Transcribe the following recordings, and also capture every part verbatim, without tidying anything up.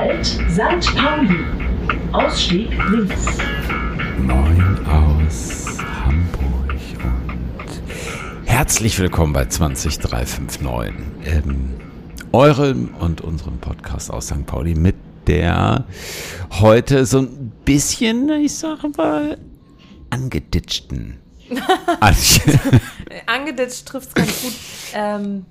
Halt Sankt Pauli. Ausstieg links. Moin aus Hamburg und herzlich willkommen bei zwanzig drei fünf neun. Ähm, eurem und unserem Podcast aus Sankt Pauli mit der heute so ein bisschen, ich sage mal, angeditschten. Angeditscht trifft es ganz gut. Ähm,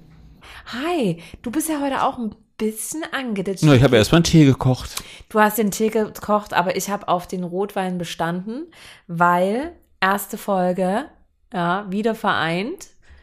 hi, du bist ja heute auch ein bisschen angeditscht. No, ich habe erst mal einen Tee gekocht. Du hast den Tee gekocht, aber ich habe auf den Rotwein bestanden, weil erste Folge, ja, wieder vereint,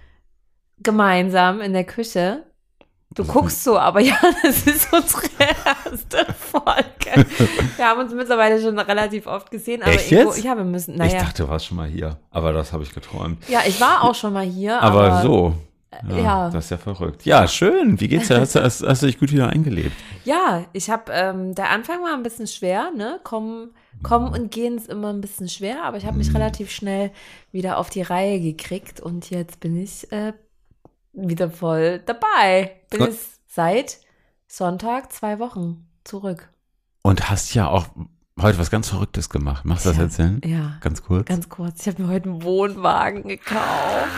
gemeinsam in der Küche. Du guckst so, aber ja, das ist unsere erste Folge. Wir haben uns mittlerweile schon relativ oft gesehen. Aber Echt irgendwo, jetzt? ja, wir müssen, naja. Ich dachte, du warst schon mal hier, aber das habe ich geträumt. Ja, ich war auch schon mal hier. Aber, aber so, ja, ja. Das ist ja verrückt. Ja, schön. Wie geht's dir? Hast, du- hast, hast du dich gut wieder eingelebt? Ja, ich habe, ähm, der Anfang war ein bisschen schwer, ne? Kommen, kommen und gehen ist immer ein bisschen schwer, aber ich habe mich relativ schnell wieder auf die Reihe gekriegt und jetzt bin ich äh, wieder voll dabei. Bin Und- jetzt seit Sonntag zwei Wochen zurück. Und hast ja auch heute was ganz Verrücktes gemacht. Magst du das Ja. erzählen? Ja, Ganz kurz. ganz kurz. Ich habe mir heute einen Wohnwagen gekauft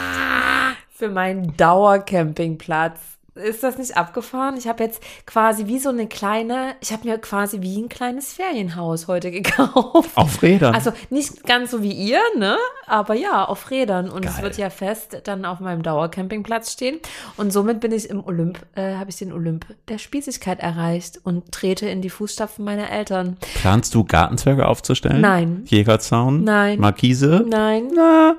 für meinen Dauercampingplatz. Ist das nicht abgefahren? Ich habe jetzt quasi wie so eine kleine, ich habe mir quasi wie ein kleines Ferienhaus heute gekauft. Auf Rädern. Also nicht ganz so wie ihr, ne? Aber ja, auf Rädern. Und es Geil. wird ja fest dann auf meinem Dauercampingplatz stehen. Und somit bin ich im Olymp, äh, habe ich den Olymp der Spießigkeit erreicht und trete in die Fußstapfen meiner Eltern. Planst du Gartenzwerge aufzustellen? Nein. Jägerzaun? Nein. Markise? Nein, Na,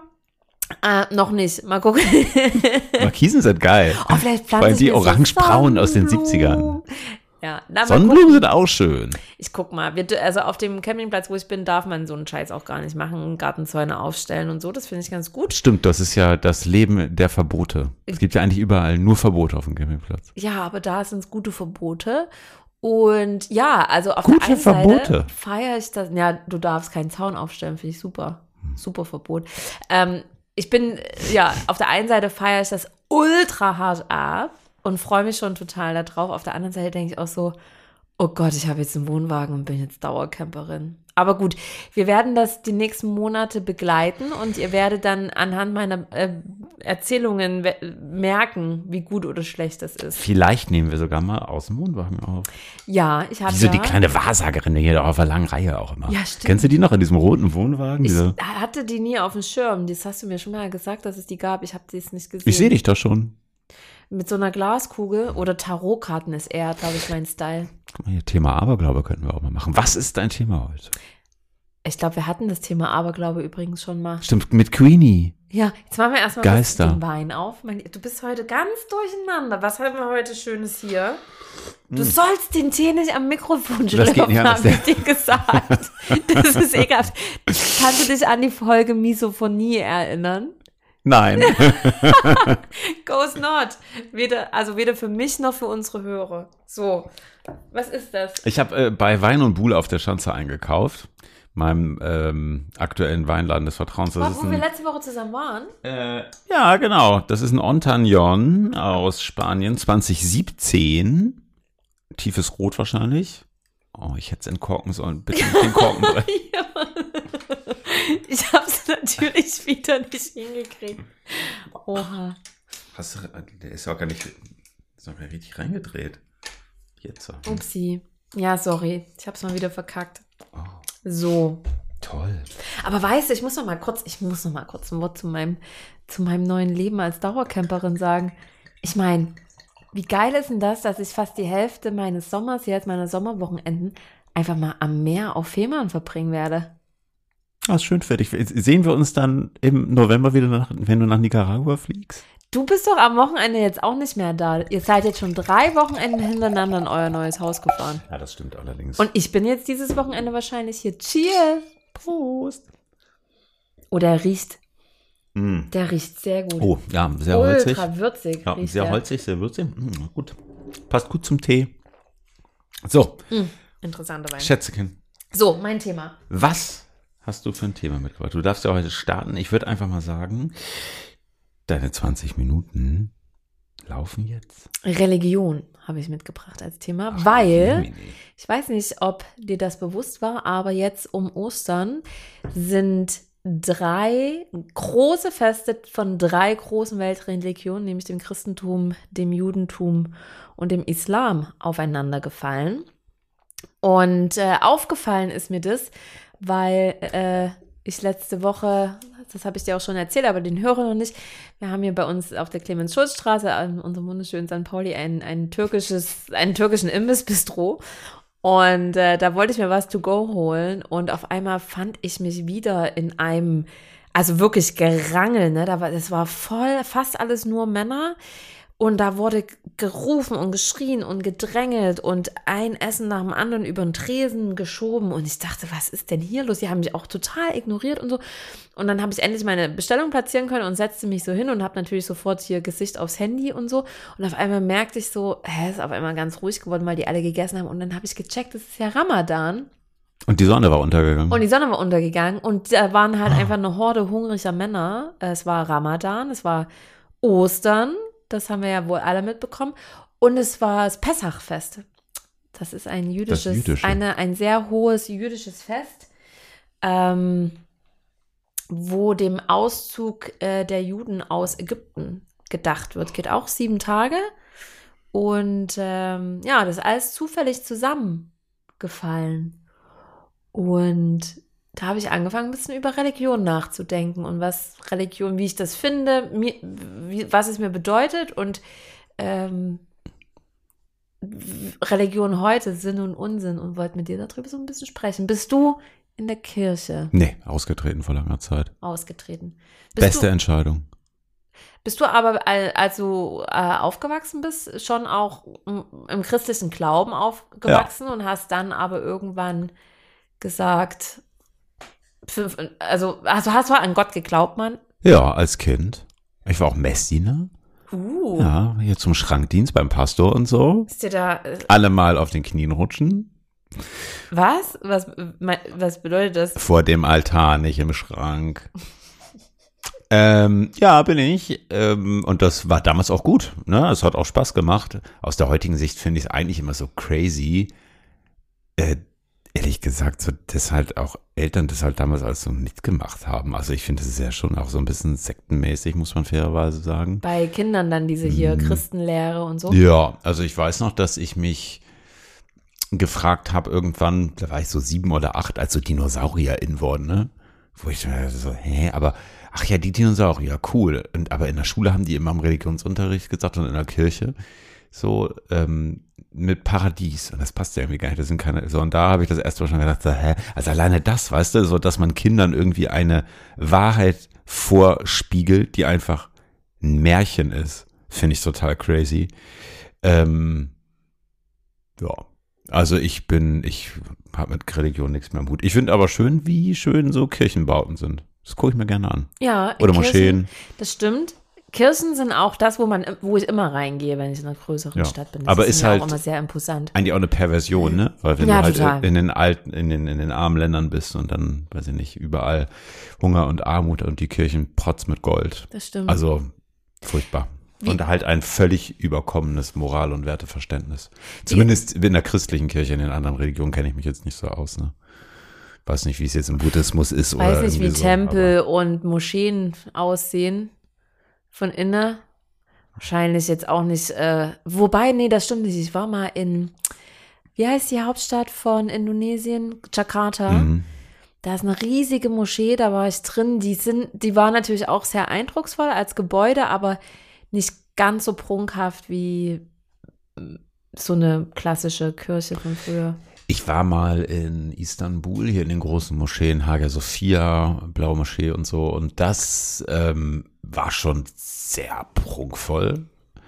äh, noch nicht. Mal gucken. Markisen sind geil. Oh, vielleicht Vor pflanze allem ich die mir so orange-braun aus den Sonnenblumen. siebzigern. Ja, na, mal Sonnenblumen gucken. sind auch schön. Ich guck mal. Wir, also auf dem Campingplatz, wo ich bin, darf man so einen Scheiß auch gar nicht machen. Gartenzäune aufstellen und so. Das finde ich ganz gut. Stimmt, das ist ja das Leben der Verbote. Es gibt ja eigentlich überall nur Verbote auf dem Campingplatz. Ja, aber da sind es gute Verbote. Und ja, also auf Gute der einen Verbote? Seite feiere ich das. Ja, du darfst keinen Zaun aufstellen, finde ich super. Super Verbot. Ähm, ich bin, ja, auf der einen Seite feiere ich das ultra hart ab und freue mich schon total darauf. Auf der anderen Seite denke ich auch so, oh Gott, ich habe jetzt einen Wohnwagen und bin jetzt Dauercamperin. Aber gut, wir werden das die nächsten Monate begleiten und ihr werdet dann anhand meiner äh, Erzählungen we- merken, wie gut oder schlecht das ist. Vielleicht nehmen wir sogar mal aus dem Wohnwagen auf. Ja, ich habe Wie so ja, die kleine Wahrsagerin, die hier auf der langen Reihe auch immer. Ja, stimmt. Kennst du die noch in diesem roten Wohnwagen? ich Diese, hatte die nie auf dem Schirm. Das hast du mir schon mal gesagt, dass es die gab. Ich habe es nicht gesehen. ich sehe dich doch schon. Mit so einer Glaskugel oder Tarotkarten ist eher, glaube ich, mein Style. Guck mal hier, Thema Aberglaube könnten wir auch mal machen. Was ist dein Thema heute? Ich glaube, wir hatten das Thema Aberglaube übrigens schon mal. Stimmt, mit Queenie. Ja, jetzt machen wir erstmal Geister. den Wein auf. Mein, du bist heute ganz durcheinander. Was haben wir heute Schönes hier? Du sollst den Tee nicht am Mikrofon Das geht schlürfen, nicht anders. habe ich dir gesagt. Das ist ekelhaft. Kannst du dich an die Folge Misophonie erinnern? Nein. Goes not. Weder, also weder für mich noch für unsere Hörer. So, was ist das? Ich habe äh, bei Wein und Buhl auf der Schanze eingekauft. Meinem ähm, aktuellen Weinladen des Vertrauens. Das Wo, ist wo wir ein, letzte Woche zusammen waren? äh, ja, genau. Das ist ein Ontagnon aus Spanien, zwanzig siebzehn. Tiefes Rot wahrscheinlich. Oh, ich hätte es entkorken sollen. Bitte nicht den Korken brechen. Ja. Ich habe es natürlich wieder nicht hingekriegt. Oha. Hast du, der ist ja auch gar nicht, ist auch gar nicht richtig reingedreht. Jetzt so. Upsi. Ja, sorry. Ich habe es mal wieder verkackt. Oh, So. toll. Aber weißt du, ich muss noch mal kurz, ich muss noch mal kurz ein Wort zu meinem, zu meinem neuen Leben als Dauercamperin sagen. Ich meine, wie geil ist denn das, dass ich fast die Hälfte meines Sommers, jetzt meiner Sommerwochenenden, einfach mal am Meer auf Fehmarn verbringen werde? Ah, ist schön für dich. Sehen wir uns dann im November wieder, nach, wenn du nach Nicaragua fliegst? Du bist doch am Wochenende jetzt auch nicht mehr da. Ihr seid jetzt schon drei Wochenenden hintereinander in euer neues Haus gefahren. Ja, das stimmt allerdings. Und ich bin jetzt dieses Wochenende wahrscheinlich hier. Cheers! Prost. Oh, der riecht, Mm. der riecht sehr gut. Oh, ja, sehr holzig. Ultra würzig Ja, riecht sehr der. holzig, sehr würzig. Mm, gut. Passt gut zum Tee. So, Mm, interessanter Wein. Schätzchen, So, mein Thema. was hast du für ein Thema mitgebracht? Du darfst ja heute starten. Ich würde einfach mal sagen, deine zwanzig Minuten laufen jetzt? Religion habe ich mitgebracht als Thema, Ach, weil, nee, nee. ich weiß nicht, ob dir das bewusst war, aber jetzt um Ostern sind drei große Feste von drei großen Weltreligionen, nämlich dem Christentum, dem Judentum und dem Islam, aufeinander gefallen. Und äh, aufgefallen ist mir das, weil äh, ich letzte Woche, das habe ich dir auch schon erzählt, aber den höre noch nicht, wir haben hier bei uns auf der Clemens-Schulz-Straße in unserem wunderschönen Sankt Pauli ein, ein türkisches, einen türkischen Imbiss-Bistro. Und äh, da wollte ich mir was to go holen und auf einmal fand ich mich wieder in einem, also wirklich Gerangel, ne? Da war, das war voll, fast alles nur Männer. Und da wurde gerufen und geschrien und gedrängelt und ein Essen nach dem anderen über den Tresen geschoben. Und ich dachte, was ist denn hier los? Die haben mich auch total ignoriert und so. Und dann habe ich endlich meine Bestellung platzieren können und setzte mich so hin und habe natürlich sofort hier Gesicht aufs Handy und so. Und auf einmal merkte ich so, hä, ist auf einmal ganz ruhig geworden, weil die alle gegessen haben. Und dann habe ich gecheckt, es ist ja Ramadan. Und die Sonne war untergegangen. Und die Sonne war untergegangen. Und da waren halt einfach eine Horde hungriger Männer. Es war Ramadan, es war Ostern. Das haben wir ja wohl alle mitbekommen. Und es war das Pessachfest. Das ist ein jüdisches, Jüdische. eine, ein sehr hohes jüdisches Fest, ähm, wo dem Auszug äh, der Juden aus Ägypten gedacht wird. Geht auch sieben Tage. Und ähm, ja, das ist alles zufällig zusammengefallen. Und da habe ich angefangen, ein bisschen über Religion nachzudenken und was Religion, wie ich das finde, mir, wie, was es mir bedeutet und ähm, Religion heute, Sinn und Unsinn, und wollte mit dir darüber so ein bisschen sprechen. Bist du in der Kirche Nee, ausgetreten vor langer Zeit. ausgetreten? Bist Beste du, Entscheidung. bist du aber, al- als du äh, aufgewachsen bist, schon auch im, im christlichen Glauben aufgewachsen und hast dann aber irgendwann gesagt, für, also, also hast du an Gott geglaubt, Mann? Ja, als Kind. Ich war auch Messdiener. Uh, Ja, hier zum Schrankdienst beim Pastor und so. ist dir da, äh, Alle mal auf den Knien rutschen. was? Was, me- was bedeutet das? Vor dem Altar, nicht im Schrank. ähm, ja, bin ich. Ähm, und das war damals auch gut. Ne? Es hat auch Spaß gemacht. Aus der heutigen Sicht finde ich es eigentlich immer so crazy. Äh, ehrlich gesagt, so, dass halt auch Eltern das halt damals alles so mitgemacht haben. Also ich finde, das ist ja schon auch so ein bisschen sektenmäßig, muss man fairerweise sagen. Bei Kindern dann diese hier Christenlehre und so? Ja, also ich weiß noch, dass ich mich gefragt habe irgendwann, da war ich so sieben oder acht, als so Dinosaurier in wurden, ne? Wo ich so, hä, aber, ach ja, die Dinosaurier, cool. Und, aber in der Schule haben die immer im Religionsunterricht gesagt und in der Kirche so, ähm, mit Paradies. Und das passt ja irgendwie gar nicht. Das sind keine, so, und da habe ich das erste Mal schon gedacht, so, hä, also alleine das, weißt du, so, dass man Kindern irgendwie eine Wahrheit vorspiegelt, die einfach ein Märchen ist, finde ich total crazy. Ähm, ja. Also ich bin, ich habe mit Religion nichts mehr am Hut. Ich finde aber schön, wie schön so Kirchenbauten sind. Das gucke ich mir gerne an. Ja, Oder Kirchen, Moscheen. das stimmt. Kirchen sind auch das, wo man, wo ich immer reingehe, wenn ich in einer größeren Ja. Stadt bin. Das Aber ist ist mir halt auch immer sehr imposant. Eigentlich auch eine Perversion, ne? Weil wenn Ja, du halt total. in den alten, in den, in den armen Ländern bist und dann, weiß ich nicht, überall Hunger und Armut und die Kirchen protz mit Gold. Das stimmt. Also furchtbar. Wie- Und halt ein völlig überkommenes Moral- und Werteverständnis. Zumindest in der christlichen Kirche, in den anderen Religionen kenne ich mich jetzt nicht so aus, ne? Weiß nicht, wie es jetzt im Buddhismus ist Ich oder weiß nicht, wie irgendwie so, Tempel und Moscheen aussehen von innen. Wahrscheinlich jetzt auch nicht. Äh, wobei, nee, das stimmt nicht. Ich war mal in, wie heißt die Hauptstadt von Indonesien? Jakarta. Mhm. Da ist eine riesige Moschee, da war ich drin. Die sind, die war natürlich auch sehr eindrucksvoll als Gebäude, aber nicht ganz so prunkhaft wie so eine klassische Kirche von früher. Ich war mal in Istanbul, hier in den großen Moscheen, Hagia Sophia, Blaue Moschee und so. Und das ähm, war schon sehr prunkvoll.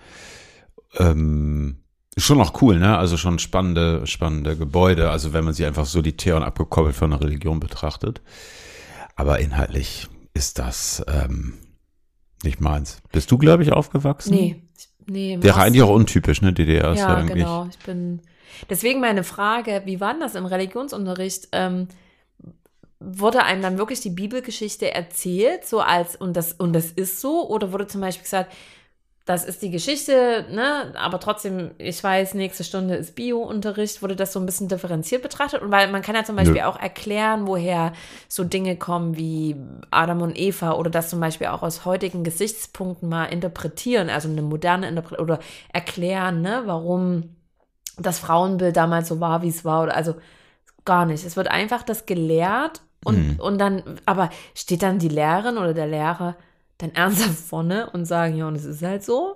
Ähm, schon auch cool, ne? Also schon spannende, spannende Gebäude. Also wenn man sie einfach solitär und abgekoppelt von der Religion betrachtet. Aber inhaltlich ist das ähm, nicht meins. Bist du, glaube ich, aufgewachsen? Nee, nee. im Wäre Osten. eigentlich auch untypisch, ne? D D R ist ja, Ja, eigentlich. genau. Ich bin. Deswegen meine Frage: Wie war denn das im Religionsunterricht? Ähm, wurde einem dann wirklich die Bibelgeschichte erzählt, so als und das und das ist so, oder wurde zum Beispiel gesagt, das ist die Geschichte, ne? Aber trotzdem, ich weiß, nächste Stunde ist Bio-Unterricht, wurde das so ein bisschen differenziert betrachtet. Und weil man kann ja zum Beispiel Nö. auch erklären, woher so Dinge kommen wie Adam und Eva oder das zum Beispiel auch aus heutigen Gesichtspunkten mal interpretieren, also eine moderne Interpretation oder erklären, ne? Warum das Frauenbild damals so war, wie es war. Oder also gar nicht. Es wird einfach das gelehrt und, Mhm. und dann, aber steht dann die Lehrerin oder der Lehrer dann ernsthaft vorne und sagen, ja, und es ist halt so.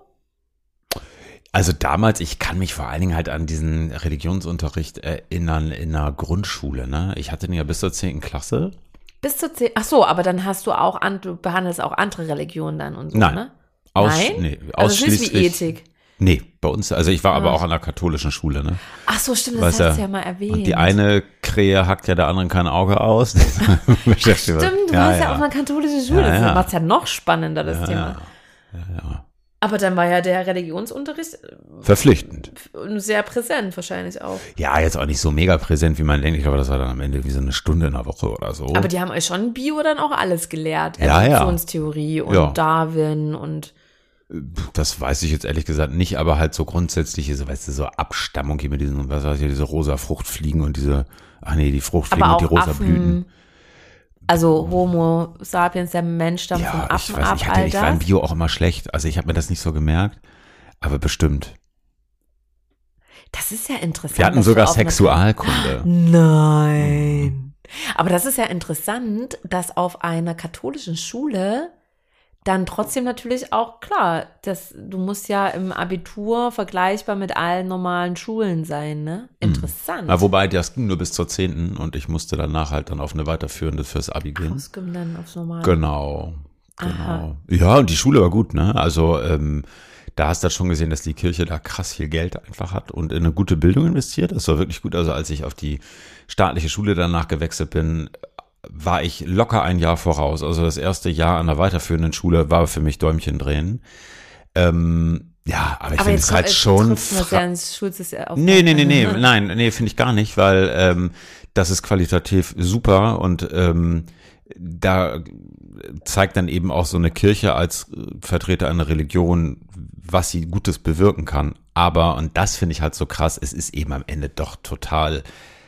Also damals, ich kann mich vor allen Dingen halt an diesen Religionsunterricht erinnern in der Grundschule. Ne? Ich hatte den ja bis zur zehnten Klasse. Bis zur zehn. Ach so, aber dann hast du auch, an, du behandelst auch andere Religionen dann und so, Nein. ne? Aus, Nein? Nee, Also es ist ausschließlich. nicht wie Ethik. Nee, bei uns, also ich war aber Ah. auch an der katholischen Schule, ne? Ach so, stimmt, das Weißt hast du du, ja mal erwähnt. Und die eine Krähe hackt ja der anderen kein Auge aus. Stimmt, du warst ja auf einer katholischen Schule. Ja, Das ja. macht es ja noch spannender, das ja, Thema. ja. Ja, ja. Aber dann war ja der Religionsunterricht Verpflichtend. sehr präsent wahrscheinlich auch. Ja, jetzt auch nicht so mega präsent, wie man denkt. Ich glaube, das war dann am Ende wie so eine Stunde in der Woche oder so. Aber die haben euch schon Bio dann auch alles gelehrt. Ja, ja. Evolutionstheorie und Ja. Darwin und Das weiß ich jetzt ehrlich gesagt nicht, aber halt so grundsätzliche, so, weißt du, so Abstammung hier mit diesen, was weiß ich, diese rosa Fruchtfliegen und diese, ach nee, die Fruchtfliegen aber und die auch rosa Affen. Blüten. Also Homo sapiens, der Mensch stammt vom Ja, ich Affen weiß, ab, ich, hatte, all ich war im das. Bio auch immer schlecht, also ich habe mir das nicht so gemerkt, aber bestimmt. Das ist ja interessant. Wir hatten dass du sogar auf einer- Sexualkunde. Nein. Aber das ist ja interessant, dass auf einer katholischen Schule dann trotzdem natürlich auch, klar, das, du musst ja im Abitur vergleichbar mit allen normalen Schulen sein, ne? Interessant. Ja, wobei, das ging nur bis zur zehnten und ich musste danach halt dann auf eine weiterführende fürs Abi gehen. Ausgym dann aufs Normale. Genau, genau. Aha. Ja, und die Schule war gut, ne? Also ähm, da hast du schon gesehen, dass die Kirche da krass viel Geld einfach hat und in eine gute Bildung investiert. Das war wirklich gut. Also als ich auf die staatliche Schule danach gewechselt bin, war ich locker ein Jahr voraus. Also das erste Jahr an der weiterführenden Schule war für mich Däumchen drehen. Ähm, ja, aber ich Aber finde jetzt es halt jetzt schon... trifft man das ja fra- ins Schulsystem auf. Nee, nee, nee, nee, nein, nee, finde ich gar nicht, weil ähm, das ist qualitativ super und ähm, da zeigt dann eben auch so eine Kirche als äh, Vertreter einer Religion, was sie Gutes bewirken kann. Aber, und das finde ich halt so krass, es ist eben am Ende doch total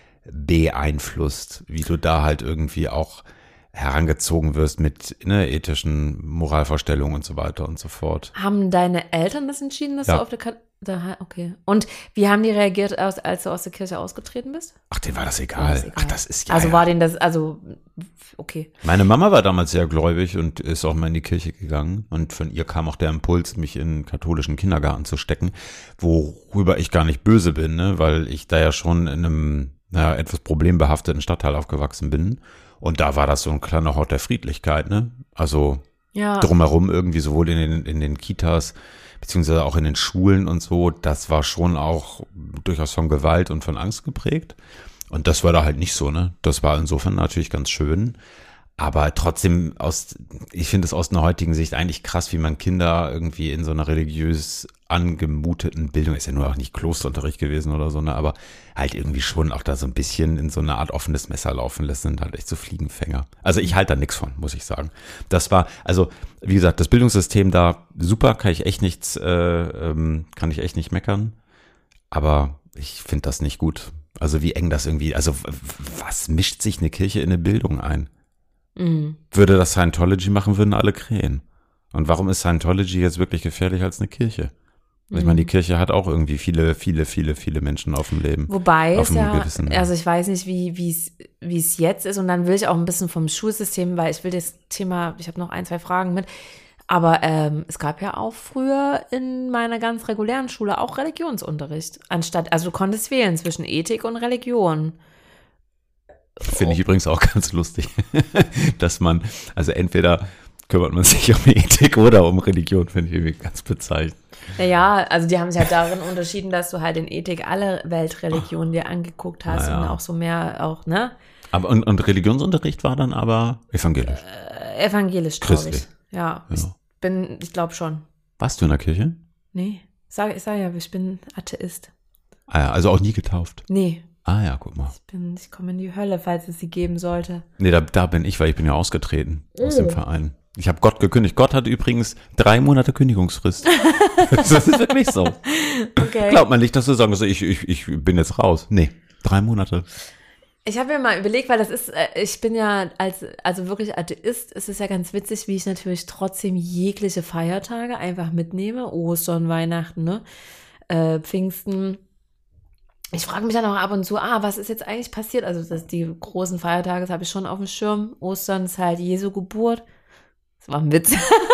beeinflusst, wie du da halt irgendwie auch herangezogen wirst mit ne, ethischen Moralvorstellungen und so weiter und so fort. Haben deine Eltern das entschieden, dass Ja. du auf der Kat da, okay. Und wie haben die reagiert, als, als du aus der Kirche ausgetreten bist? Ach, denen war das War egal. das egal? Ach, das ist ja. Also ja. war denen das, also, okay. Meine Mama war damals sehr gläubig und ist auch mal in die Kirche gegangen. Und von ihr kam auch der Impuls, mich in einen katholischen Kindergarten zu stecken, worüber ich gar nicht böse bin, ne? Weil ich da ja schon in einem naja, etwas problembehafteten Stadtteil aufgewachsen bin. Und da war das so ein kleiner Hort der Friedlichkeit, ne? Also Ja. drumherum irgendwie sowohl in den, in den Kitas beziehungsweise auch in den Schulen und so, das war schon auch durchaus von Gewalt und von Angst geprägt. Und das war da halt nicht so, ne? Das war insofern natürlich ganz schön. Aber trotzdem, aus, ich finde es aus einer heutigen Sicht eigentlich krass, wie man Kinder irgendwie in so einer religiös angemuteten Bildung, ist ja nur auch nicht Klosterunterricht gewesen oder so, ne, aber halt irgendwie schon auch da so ein bisschen in so eine Art offenes Messer laufen lässt, sind halt echt so Fliegenfänger. Also ich halte da nichts von, muss ich sagen. Das war, also wie gesagt, das Bildungssystem da super, kann ich echt nichts, äh, ähm, kann ich echt nicht meckern, aber ich finde das nicht gut. Also wie eng das irgendwie, also w- was mischt sich eine Kirche in eine Bildung ein? Mhm. Würde das Scientology machen, würden alle krähen. Und warum ist Scientology jetzt wirklich gefährlicher als eine Kirche? Ich meine, die Kirche hat auch irgendwie viele, viele, viele, viele Menschen auf dem Leben. Wobei auf es dem ja, gewissen- also ich weiß nicht, wie wie es wie es jetzt ist und dann will ich auch ein bisschen vom Schulsystem, weil ich will das Thema, ich habe noch ein, zwei Fragen mit, aber ähm, es gab ja auch früher in meiner ganz regulären Schule auch Religionsunterricht, anstatt, also du konntest wählen zwischen Ethik und Religion. Finde ich übrigens auch ganz lustig, dass man, also entweder kümmert man sich um Ethik oder um Religion, finde ich irgendwie ganz bezeichnend. Naja, also die haben sich halt darin unterschieden, dass du halt in Ethik alle Weltreligionen dir angeguckt hast Na ja. und auch so mehr auch, ne? Aber und, und Religionsunterricht war dann aber evangelisch. Äh, Evangelisch, glaube ich. Christlich. Ja, Ja. ich bin, ich glaube schon. Warst du in der Kirche? Nee, sag, ich sage ja, ich bin Atheist. Ah ja, also auch nie getauft. Nee, Ah ja, guck mal. ich bin, ich komme in die Hölle, falls es sie geben sollte. Nee, da, da bin ich, weil ich bin ja ausgetreten aus Oh. dem Verein. Ich habe Gott gekündigt. Gott hat übrigens drei Monate Kündigungsfrist. Das ist wirklich so. Okay. Glaubt man nicht, dass du sagen so, ich, ich, ich bin jetzt raus. Nee, drei Monate. Ich habe mir mal überlegt, weil das ist, ich bin ja als, also wirklich Atheist, es ist ja ganz witzig, wie ich natürlich trotzdem jegliche Feiertage einfach mitnehme. Ostern, Weihnachten, ne? Äh, Pfingsten. Ich frage mich dann auch ab und zu, ah, was ist jetzt eigentlich passiert? Also das, die großen Feiertage, das habe ich schon auf dem Schirm. Ostern ist halt Jesu Geburt. Das war ein Witz.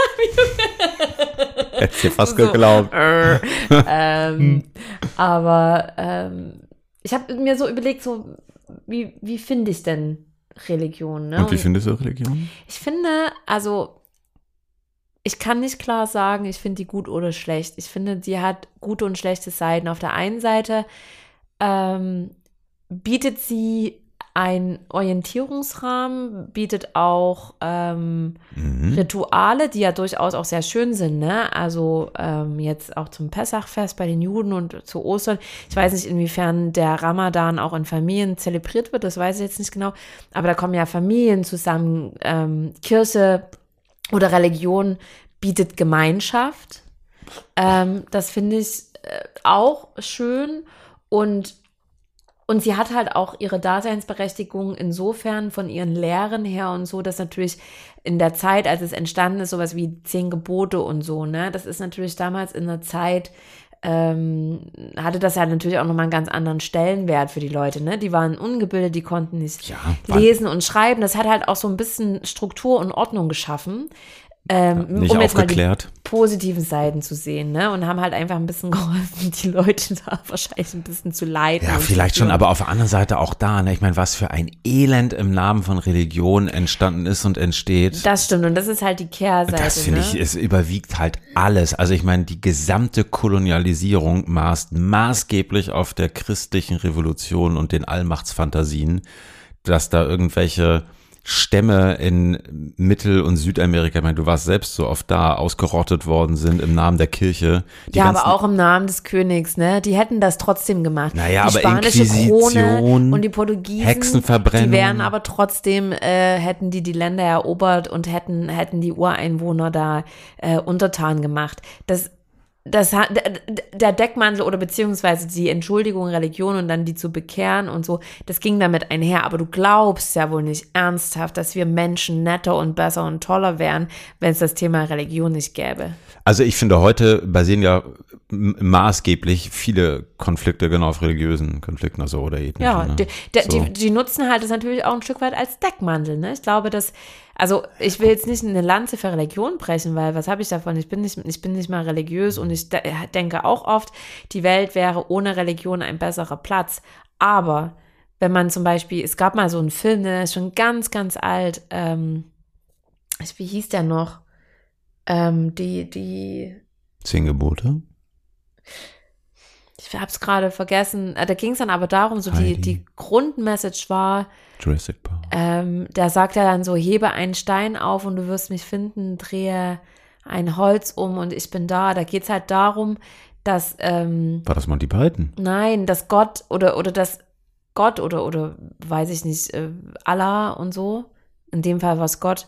Hätte ich dir fast so, geglaubt. Äh, ähm, aber ähm, ich habe mir so überlegt, so wie, wie finde ich denn Religion? Ne? Und wie findest du Religion? Ich finde, also ich kann nicht klar sagen, ich finde die gut oder schlecht. Ich finde, die hat gute und schlechte Seiten. Auf der einen Seite ähm, bietet sie einen Orientierungsrahmen, bietet auch ähm, mhm. Rituale, die ja durchaus auch sehr schön sind, ne? Also ähm, jetzt auch zum Pessachfest bei den Juden und zu Ostern. Ich weiß nicht, inwiefern der Ramadan auch in Familien zelebriert wird, das weiß ich jetzt nicht genau. Aber da kommen ja Familien zusammen. Ähm, Kirche oder Religion bietet Gemeinschaft. Ähm, das finde ich äh, auch schön und Und sie hat halt auch ihre Daseinsberechtigung insofern von ihren Lehren her und so, dass natürlich in der Zeit, als es entstanden ist, sowas wie zehn Gebote und so, ne, das ist natürlich damals in der Zeit, ähm, hatte das ja natürlich auch nochmal einen ganz anderen Stellenwert für die Leute, ne, die waren ungebildet, die konnten nicht ja, lesen und schreiben, das hat halt auch so ein bisschen Struktur und Ordnung geschaffen. Ähm, ja, nicht um jetzt aufgeklärt. mal die positiven Seiten zu sehen, ne? Und haben halt einfach ein bisschen geholfen, die Leute da wahrscheinlich ein bisschen zu leiten. Ja, vielleicht schon, aber auf der anderen Seite auch da, ne? Ich meine, was für ein Elend im Namen von Religion entstanden ist und entsteht. Das stimmt, und das ist halt die Kehrseite. Das finde ne? ich, es überwiegt halt alles. Also ich meine, die gesamte Kolonialisierung maßt maßgeblich auf der christlichen Revolution und den Allmachtsfantasien, dass da irgendwelche Stämme in Mittel- und Südamerika, ich meine, du warst selbst so oft da, ausgerottet worden sind im Namen der Kirche. Die ja, aber auch im Namen des Königs, ne? Die hätten das trotzdem gemacht. Naja, die aber spanische Inquisition, Krone und die Portugiesen, Hexenverbrennung. Die wären aber trotzdem, äh, hätten die die Länder erobert und hätten, hätten die Ureinwohner da äh, untertan gemacht. Das Das hat, der Deckmantel oder beziehungsweise die Entschuldigung Religion und dann die zu bekehren und so, das ging damit einher. Aber du glaubst ja wohl nicht ernsthaft, dass wir Menschen netter und besser und toller wären, wenn es das Thema Religion nicht gäbe. Also ich finde, heute basieren ja maßgeblich viele Konflikte genau auf religiösen Konflikten, also oder ethnischen. Ja, ne? die, die, so. die, die nutzen halt das natürlich auch ein Stück weit als Deckmantel. Ne? Ich glaube, dass, also ich will jetzt nicht eine Lanze für Religion brechen, weil was habe ich davon? Ich bin nicht, ich bin nicht mal religiös und ich de- denke auch oft, die Welt wäre ohne Religion ein besserer Platz. Aber wenn man zum Beispiel, es gab mal so einen Film, der ist schon ganz, ganz alt, ähm, wie hieß der noch? Ähm, die, die Zehn Gebote? Ich habe es gerade vergessen. Da ging es dann aber darum, so die, die Grundmessage war, Jurassic Park. Ähm, da sagt er dann so, hebe einen Stein auf und du wirst mich finden, drehe ein Holz um und ich bin da. Da geht es halt darum, dass ähm, War das Monty Python? Nein, dass Gott oder, oder dass Gott oder, oder weiß ich nicht, äh, Allah und so, in dem Fall war es Gott,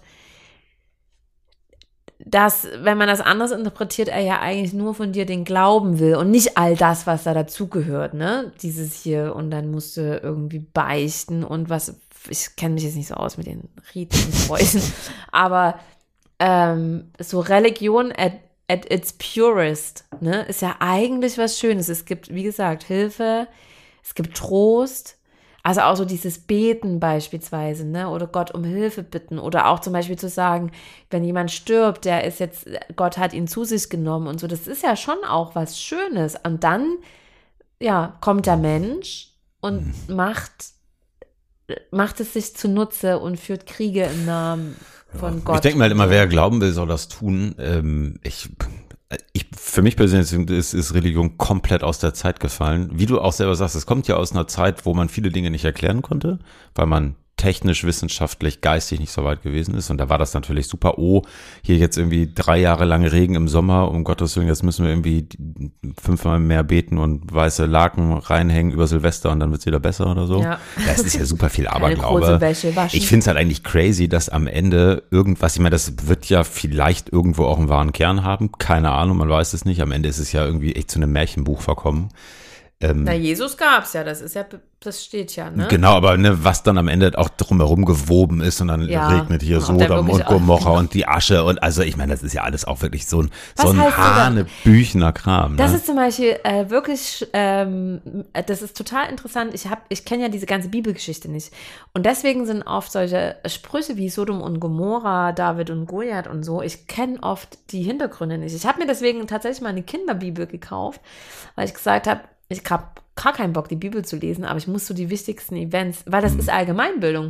dass, wenn man das anders interpretiert, er ja eigentlich nur von dir den Glauben will und nicht all das, was da dazugehört, ne? Dieses hier und dann musst du irgendwie beichten und was, ich kenne mich jetzt nicht so aus mit den Riten und Bräuchen, aber ähm, so Religion at, at its purest, ne, ist ja eigentlich was Schönes. Es gibt, wie gesagt, Hilfe, es gibt Trost, also auch so dieses Beten beispielsweise, ne, oder Gott um Hilfe bitten oder auch zum Beispiel zu sagen, wenn jemand stirbt, der ist jetzt, Gott hat ihn zu sich genommen und so, das ist ja schon auch was Schönes. Und dann, ja, kommt der Mensch und macht, macht es sich zunutze und führt Kriege im Namen von Gott. Ich denke mir halt immer, wer glauben will, soll das tun. Ähm, ich, ich, für mich persönlich ist, ist Religion komplett aus der Zeit gefallen. Wie du auch selber sagst, es kommt ja aus einer Zeit, wo man viele Dinge nicht erklären konnte, weil man technisch, wissenschaftlich, geistig nicht so weit gewesen ist. Und da war das natürlich super. Oh, hier jetzt irgendwie drei Jahre lang Regen im Sommer, um Gottes Willen, jetzt müssen wir irgendwie fünfmal mehr beten und weiße Laken reinhängen über Silvester und dann wird's wieder besser oder so. Ja. Das ist ja super viel Keine Aberglaube. große Wäsche waschen. Ich finde es halt eigentlich crazy, dass am Ende irgendwas, ich meine, das wird ja vielleicht irgendwo auch einen wahren Kern haben, keine Ahnung, man weiß es nicht. Am Ende ist es ja irgendwie echt zu einem Märchenbuch verkommen. Ähm, Na, Jesus gab's ja, das ist ja, das steht ja, ne? Genau, aber ne, was dann am Ende auch drumherum gewoben ist und dann Ja. regnet hier Und dann Sodom wirklich und Gomorra auch- und die Asche und also ich meine, das ist ja alles auch wirklich so ein, so Was ein heißt so da- hanebüchener Kram. Das Ne? ist zum Beispiel äh, wirklich, ähm, das ist total interessant. Ich hab, ich kenne ja diese ganze Bibelgeschichte nicht. Und deswegen sind oft solche Sprüche wie Sodom und Gomorra, David und Goliath und so. Ich kenne oft die Hintergründe nicht. Ich habe mir deswegen tatsächlich mal eine Kinderbibel gekauft, weil ich gesagt habe, ich habe gar keinen Bock, die Bibel zu lesen, aber ich muss so die wichtigsten Events, weil das ist Allgemeinbildung.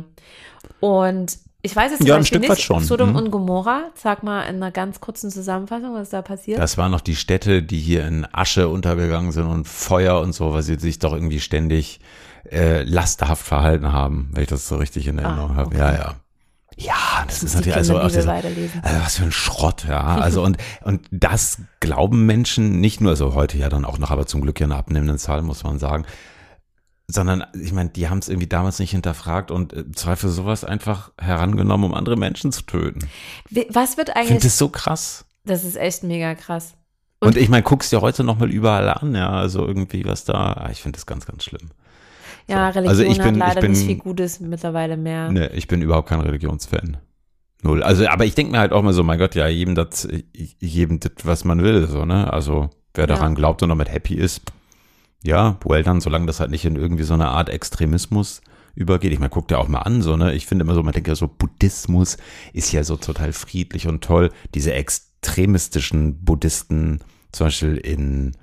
Und ich weiß jetzt zum Ja, ein Beispiel Stück weit nicht, schon. Sodom Mhm. und Gomorra, sag mal in einer ganz kurzen Zusammenfassung, was da passiert. Das waren noch die Städte, die hier in Asche untergegangen sind und Feuer und so, weil sie sich doch irgendwie ständig äh, lasterhaft verhalten haben, wenn ich das so richtig in Erinnerung Ah, habe. okay. Ja, ja. Ja, das ist Die natürlich also auch Kinderbibel dieser, weiterlesen. also was für ein Schrott, ja. Also und und das glauben Menschen nicht nur, also heute ja dann auch noch, aber zum Glück ja in einer abnehmenden Zahl, muss man sagen, sondern ich meine, die haben es irgendwie damals nicht hinterfragt und im Zweifel sowas einfach herangenommen, um andere Menschen zu töten. Wie- Was wird Ich eigentlich, finde das so krass. das ist echt mega krass. Und, Und- ich meine, guckst dir heute noch mal überall an, ja, also irgendwie was da, ah, ich finde das ganz, ganz schlimm. Ja, So. Religion Also ich bin- hat leider ich bin- nicht viel Gutes mittlerweile mehr. Ne, ich bin überhaupt kein Religionsfan. Null. Also, aber ich denke mir halt auch mal so, mein Gott, ja, jedem das, jedem das, was man will, so, ne? Also, wer daran Ja. glaubt und damit happy ist, ja, well dann, solange das halt nicht in irgendwie so eine Art Extremismus übergeht. Ich meine, guck dir auch mal an, so, ne? Ich finde immer so, man denkt ja so, Buddhismus ist ja so total friedlich und toll. Diese extremistischen Buddhisten, zum Beispiel in,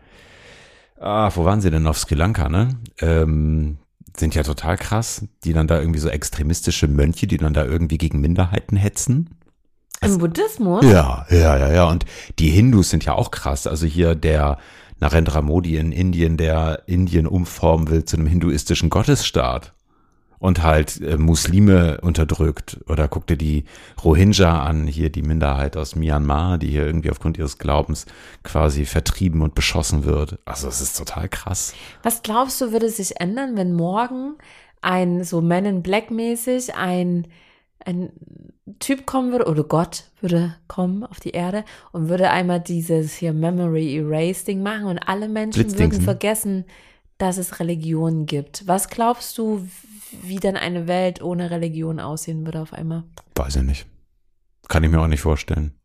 ah, wo waren sie denn? Auf Sri Lanka, ne? Ähm, sind ja total krass, die dann da irgendwie so extremistische Mönche, die dann da irgendwie gegen Minderheiten hetzen. Im Buddhismus? Ja, ja, ja, ja. Und die Hindus sind ja auch krass. Also hier der Narendra Modi in Indien, der Indien umformen will zu einem hinduistischen Gottesstaat und halt äh, Muslime unterdrückt. Oder guck dir die Rohingya an, hier die Minderheit aus Myanmar, die hier irgendwie aufgrund ihres Glaubens quasi vertrieben und beschossen wird. Also es ist total krass. Was glaubst du, würde sich ändern, wenn morgen ein so Men in Black mäßig ein, ein Typ kommen würde, oder Gott würde kommen auf die Erde und würde einmal dieses hier Memory Erase Ding machen und alle Menschen Blitzdingsen. würden vergessen, dass es Religion gibt. Was glaubst du, wie dann eine Welt ohne Religion aussehen würde auf einmal? Weiß ich nicht. Kann ich mir auch nicht vorstellen.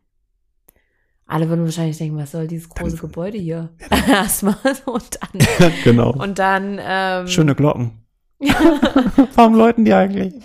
Alle würden wahrscheinlich denken, was soll dieses große Dann- Gebäude hier? Erstmal und dann, Genau. und dann ähm, Schöne Glocken. Warum läuten die eigentlich?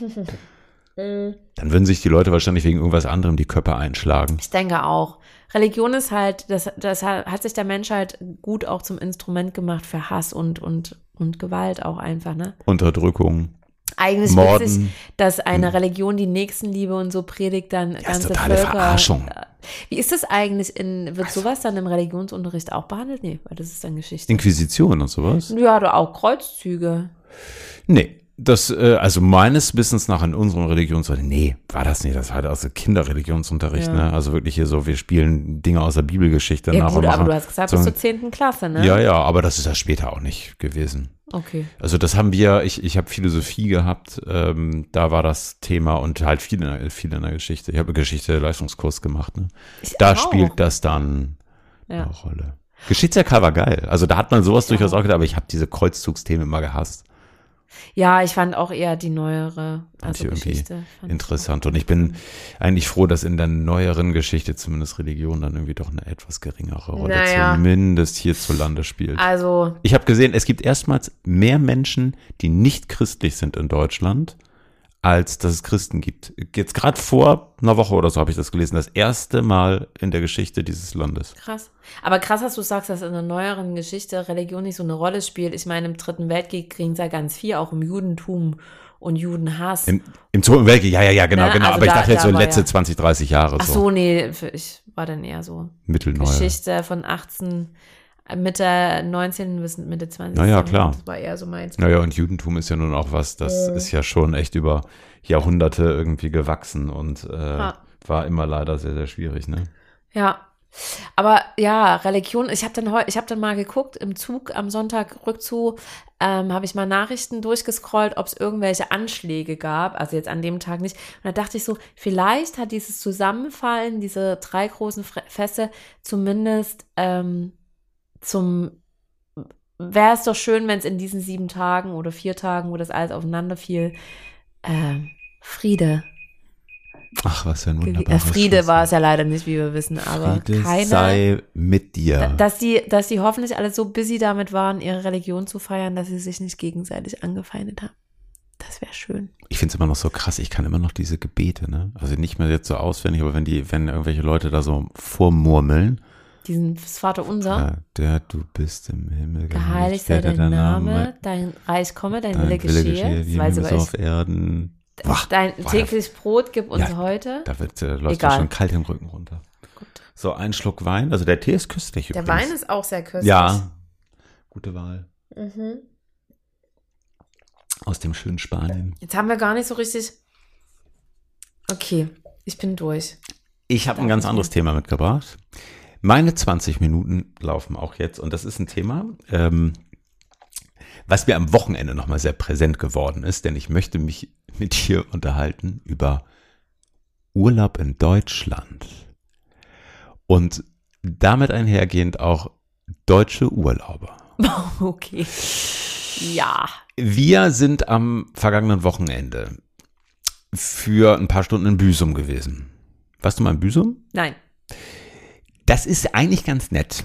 Dann würden sich die Leute wahrscheinlich wegen irgendwas anderem die Köpfe einschlagen. Ich denke auch. Religion ist halt, das, das hat hat sich der Mensch halt gut auch zum Instrument gemacht für Hass und, und, und Gewalt auch einfach, ne? Unterdrückung. Eigentlich Morden. witzig, dass eine Religion die Nächstenliebe und so predigt, dann ist ganze totale Völker. Verarschung. Wie ist das eigentlich in, wird sowas dann im Religionsunterricht auch behandelt? Nee, weil das ist dann Geschichte. Inquisition und sowas? Ja, oder auch Kreuzzüge. Nee. Das, äh, also meines Wissens nach in unserem Religionsunterricht, nee, war das nicht. Das war halt also Kinderreligionsunterricht, Ja. ne? Also wirklich hier so, wir spielen Dinge aus der Bibelgeschichte Ja nach gut, und machen. aber du hast gesagt, bis so- zur zehnten Klasse, ne? Ja, ja, aber das ist ja später auch nicht gewesen. Okay. Also das haben wir, ich, ich habe Philosophie gehabt, ähm, da war das Thema und halt viel in der, viel in der Geschichte. Ich habe Geschichte-Leistungskurs gemacht, ne? Ich Da auch. spielt das dann Ja. eine Rolle. Geschichts-L K war geil. Also da hat man sowas Ich durchaus auch. auch gedacht, aber ich habe diese Kreuzzugsthemen immer gehasst. Ja, ich fand auch eher die neuere Fand also ich irgendwie Geschichte. Fand ich Interessant. auch Und ich bin eigentlich froh, dass in der neueren Geschichte zumindest Religion dann irgendwie doch eine etwas geringere Rolle Naja. zumindest hierzulande spielt. Also, Ich habe gesehen, es gibt erstmals mehr Menschen, die nicht christlich sind in Deutschland, als dass es Christen gibt. Jetzt gerade vor einer Woche oder so habe ich das gelesen, das erste Mal in der Geschichte dieses Landes. krass. Aber krass, dass du sagst, dass in der neueren Geschichte Religion nicht so eine Rolle spielt. Ich meine, im Dritten Weltkrieg kriegen es ja ganz viel, auch im Judentum und Judenhass. Im, im Zweiten Weltkrieg, ja, ja, ja, genau, Ne, genau. also Aber ich da- dachte jetzt da so war letzte ja- zwanzig, dreißig Jahre Ach so. so, nee, für- ich war dann eher so Mittelneue. Geschichte von achtzehn, äh, Mitte neunzehnten bis Mitte zwanzigsten Na ja, klar. Das war eher so meins. Naja, und Judentum ist ja nun auch was, das ist ja schon echt über Jahrhunderte irgendwie gewachsen und äh, Ja. war immer leider sehr, sehr schwierig, ne? Ja, Aber ja, Religion, ich habe dann heu, ich habe dann mal geguckt, im Zug am Sonntag Rückzug, ähm, habe ich mal Nachrichten durchgescrollt, ob es irgendwelche Anschläge gab, also jetzt an dem Tag nicht. Und da dachte ich so, vielleicht hat dieses Zusammenfallen, diese drei großen Feste, zumindest ähm, zum, wäre es doch schön, wenn es in diesen sieben Tagen oder vier Tagen, wo das alles aufeinander fiel, äh, Friede. Ach, was für ein wunderbares Friede war es ja leider nicht, wie wir wissen, aber Friede keine, sei mit dir. Dass die, dass die hoffentlich alle so busy damit waren, ihre Religion zu feiern, dass sie sich nicht gegenseitig angefeindet haben. Das wäre schön. Ich finde es immer noch so krass, ich kann immer noch diese Gebete, ne? Also nicht mehr jetzt so auswendig, aber wenn die, wenn irgendwelche Leute da so vormurmeln. Diesen das Vaterunser. Ja, der du bist im Himmel. Geheiligt sei dein Name, dein Reich komme, dein, dein Wille geschehe. geschehe wie im Himmel auf Erden. Boah, Dein boah, täglich Brot gib uns ja, heute. Da wird, äh, läuft Egal. mir schon kalt im Rücken runter. Gut. So, ein Schluck Wein. Also der Tee ist köstlich Der übrigens. Wein ist auch sehr köstlich. Ja, gute Wahl. Mhm. Aus dem schönen Spanien. Jetzt haben wir gar nicht so richtig. Okay, ich bin durch. Ich habe ein ganz anderes Thema mitgebracht. Meine zwanzig Minuten laufen auch jetzt und das ist ein Thema, ähm, was mir am Wochenende nochmal sehr präsent geworden ist, denn ich möchte mich mit dir unterhalten über Urlaub in Deutschland und damit einhergehend auch deutsche Urlauber. Okay. Ja. Wir sind am vergangenen Wochenende für ein paar Stunden in Büsum gewesen. Warst du mal in Büsum? Nein. Das ist eigentlich ganz nett.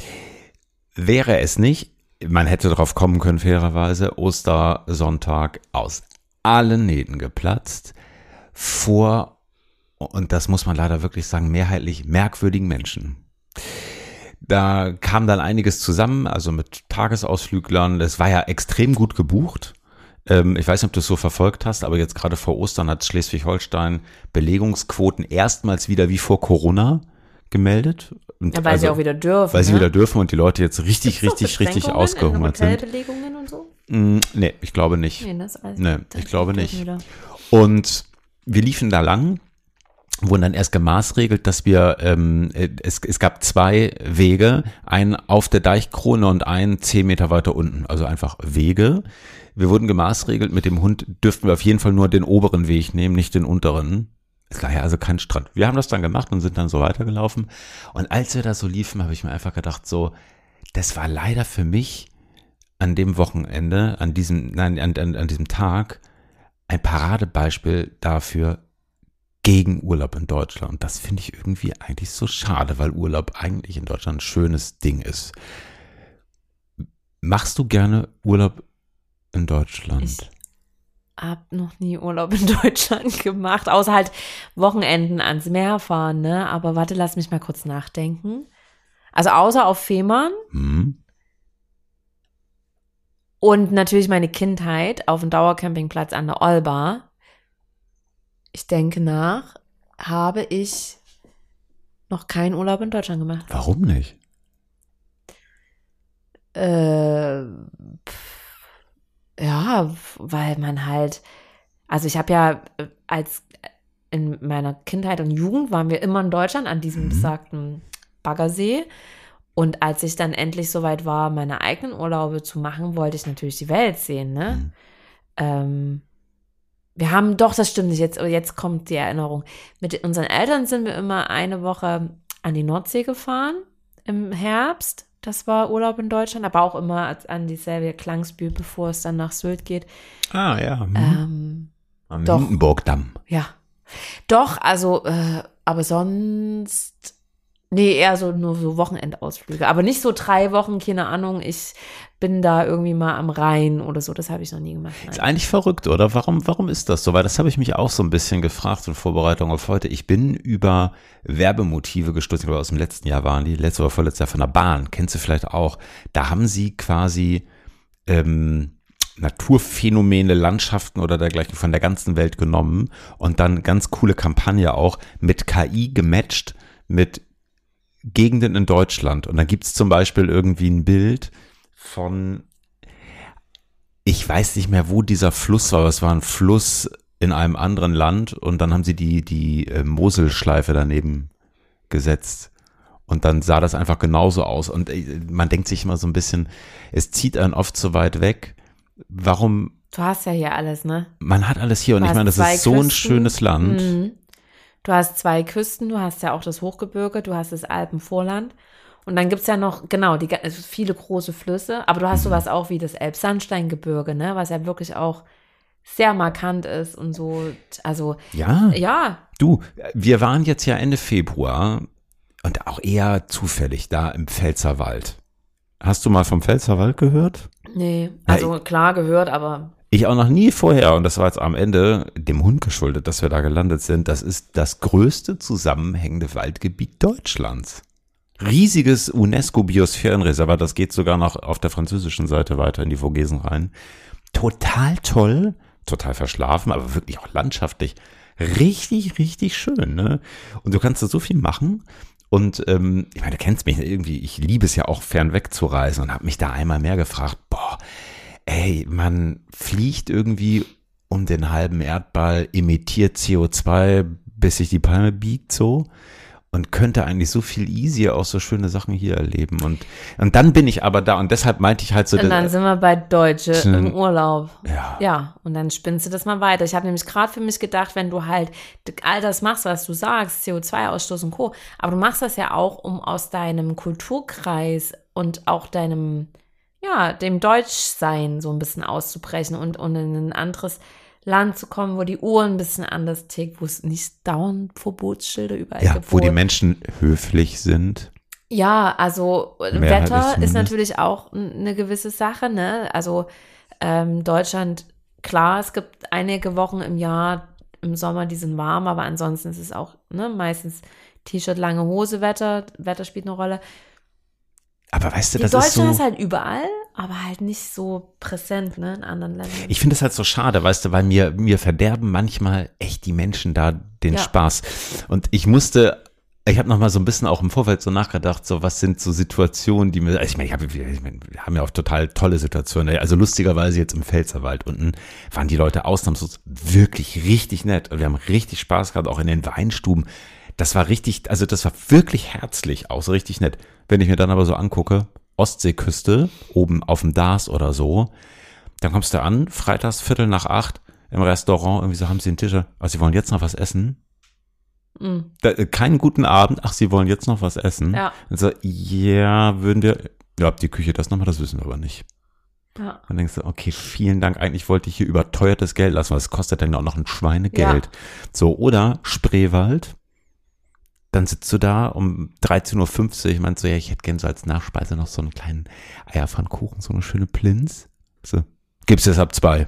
Wäre es nicht, man hätte drauf kommen können, fairerweise, Ostersonntag aus allen Nähten geplatzt, vor, und das muss man leider wirklich sagen, mehrheitlich merkwürdigen Menschen. Da kam dann einiges zusammen, also mit Tagesausflüglern, das war ja extrem gut gebucht. Ähm, ich weiß nicht, ob du es so verfolgt hast, aber jetzt gerade vor Ostern hat Schleswig-Holstein Belegungsquoten erstmals wieder wie vor Corona gemeldet. Und ja, weil also, sie auch wieder dürfen. Weil ne? sie wieder dürfen und die Leute jetzt richtig, Gibt's richtig, richtig ausgehungert sind. Hotelbelegungen und so? Mm, nee, ich glaube nicht. Nee, das alles nee das ich glaube nicht. Wieder. Und wir liefen da lang, wurden dann erst gemaßregelt, dass wir, ähm, es, es gab zwei Wege, einen auf der Deichkrone und einen zehn Meter weiter unten, also einfach Wege. Wir wurden gemaßregelt, mit dem Hund dürften wir auf jeden Fall nur den oberen Weg nehmen, nicht den unteren. Es war ja also kein Strand. Wir haben das dann gemacht und sind dann so weitergelaufen. Und als wir da so liefen, habe ich mir einfach gedacht, so, das war leider für mich an dem Wochenende, an diesem, nein, an, an, an diesem Tag ein Paradebeispiel dafür gegen Urlaub in Deutschland. Und das finde ich irgendwie eigentlich so schade, weil Urlaub eigentlich in Deutschland ein schönes Ding ist. Machst du gerne Urlaub in Deutschland? Ich habe noch nie Urlaub in Deutschland gemacht, außer halt Wochenenden ans Meer fahren, ne? Aber warte, lass mich mal kurz nachdenken. Also außer auf Fehmarn Hm. und natürlich meine Kindheit auf dem Dauercampingplatz an der Olba. Ich denke nach, habe ich noch keinen Urlaub in Deutschland gemacht. Warum nicht? Äh, pff, ja, weil man halt, also ich habe ja äh, als in meiner Kindheit und Jugend waren wir immer in Deutschland an diesem Mhm. besagten Baggersee. Und als ich dann endlich soweit war, meine eigenen Urlaube zu machen, wollte ich natürlich die Welt sehen, ne? Mhm. Ähm, wir haben, doch, das stimmt nicht, jetzt, jetzt kommt die Erinnerung. Mit unseren Eltern sind wir immer eine Woche an die Nordsee gefahren im Herbst. Das war Urlaub in Deutschland, aber auch immer an dieselbe Klangsbühl, bevor es dann nach Sylt geht. Ah, ja. Hm. Ähm, Am doch. Hindenburgdamm. ja. Doch, also, äh, aber sonst, nee, eher so nur so Wochenendausflüge. Aber nicht so drei Wochen, keine Ahnung, ich bin da irgendwie mal am Rhein oder so, das habe ich noch nie gemacht. Nein. Ist eigentlich verrückt, oder? Warum, warum ist das so? Weil das habe ich mich auch so ein bisschen gefragt in Vorbereitung auf heute. Ich bin über Werbemotive gestoßen, ich glaube aus dem letzten Jahr waren die, letztes oder vorletztes Jahr von der Bahn, kennst du vielleicht auch. Da haben sie quasi ähm, Naturphänomene, Landschaften oder dergleichen von der ganzen Welt genommen und dann ganz coole Kampagne auch mit K I gematcht mit Gegenden in Deutschland. Und dann gibt es zum Beispiel irgendwie ein Bild von, ich weiß nicht mehr, wo dieser Fluss war, aber es war ein Fluss in einem anderen Land und dann haben sie die, die äh, Moselschleife daneben gesetzt. Und dann sah das einfach genauso aus. Und man denkt sich immer so ein bisschen, es zieht einen oft so weit weg. Warum? Du hast ja hier alles, ne? Man hat alles hier. Und Du ich hast meine, das zwei ist so ein Küsten. schönes Land. Mhm. Du hast zwei Küsten, du hast ja auch das Hochgebirge, du hast das Alpenvorland. Und dann gibt's ja noch, genau, die, also viele große Flüsse. Aber du hast sowas auch wie das Elbsandsteingebirge, ne? Was ja wirklich auch sehr markant ist und so. Also, Ja. ja. Du, wir waren jetzt ja Ende Februar und auch eher zufällig da im Pfälzerwald. Hast du mal vom Pfälzerwald gehört? Nee, also klar gehört, aber Ich auch noch nie vorher, und das war jetzt am Ende dem Hund geschuldet, dass wir da gelandet sind. Das ist das größte zusammenhängende Waldgebiet Deutschlands. Riesiges UNESCO-Biosphärenreservat, das geht sogar noch auf der französischen Seite weiter in die Vogesen rein. Total toll, total verschlafen, aber wirklich auch landschaftlich richtig, richtig schön, ne? Und du kannst da so viel machen. Und ähm, ich meine, du kennst mich irgendwie, ich liebe es ja auch fernweg zu reisen und habe mich da einmal mehr gefragt, boah, ey, man fliegt irgendwie um den halben Erdball, emittiert C O zwei, bis sich die Palme biegt so und könnte eigentlich so viel easier auch so schöne Sachen hier erleben. Und, und dann bin ich aber da und deshalb meinte ich halt so. und dann sind wir bei Deutsche Schön. im Urlaub. Ja. Ja, und dann spinnst du das mal weiter. Ich habe nämlich gerade für mich gedacht, wenn du halt all das machst, was du sagst, C O zwei Ausstoß und Co., aber du machst das ja auch, um aus deinem Kulturkreis und auch deinem, ja, dem Deutschsein so ein bisschen auszubrechen und, und in ein anderes Land zu kommen, wo die Uhr ein bisschen anders tickt, wo es nicht dauernd Verbotsschilder überall Ja, gibt. wo die Menschen höflich sind. Ja, also Mehrheitlich Wetter ist zumindest. natürlich auch n- eine gewisse Sache, ne? Also ähm, Deutschland, klar, es gibt einige Wochen im Jahr, im Sommer, die sind warm, aber ansonsten ist es auch, ne, meistens T-Shirt, lange Hose, Wetter, Wetter spielt eine Rolle. Aber weißt du, Die das ist Deutschland so. ist halt überall, aber halt nicht so präsent, ne, in anderen Ländern. Ich finde es halt so schade, weißt du, weil mir, mir verderben manchmal echt die Menschen da den Ja. Spaß. Und ich musste, ich habe noch mal so ein bisschen auch im Vorfeld so nachgedacht, so was sind so Situationen, die mir, also ich meine, ich hab, ich meine, wir haben ja auch total tolle Situationen. Also lustigerweise jetzt im Pfälzerwald unten waren die Leute ausnahmslos wirklich richtig nett. Und wir haben richtig Spaß gehabt, auch in den Weinstuben. Das war richtig, also das war wirklich herzlich auch, so richtig nett. Wenn ich mir dann aber so angucke, Ostseeküste, oben auf dem Dars oder so, dann kommst du an, freitags Viertel nach acht im Restaurant, irgendwie so haben sie einen Tisch, ach, sie wollen jetzt noch was essen? Mhm. Da, äh, keinen guten Abend, ach, sie wollen jetzt noch was essen? Ja. Und so, ja, würden wir, ja, ob die Küche das nochmal, das wissen wir aber nicht. Ja. Dann denkst du, okay, vielen Dank, eigentlich wollte ich hier überteuertes Geld lassen, weil es kostet dann auch noch ein Schweinegeld. Ja. So, oder Spreewald, dann sitzt du da um dreizehn Uhr fünfzig, meinst so, ja, ich hätte gern so als Nachspeise noch so einen kleinen Eierpfannkuchen, so eine schöne Plinz. So, gibt's jetzt ab zwei.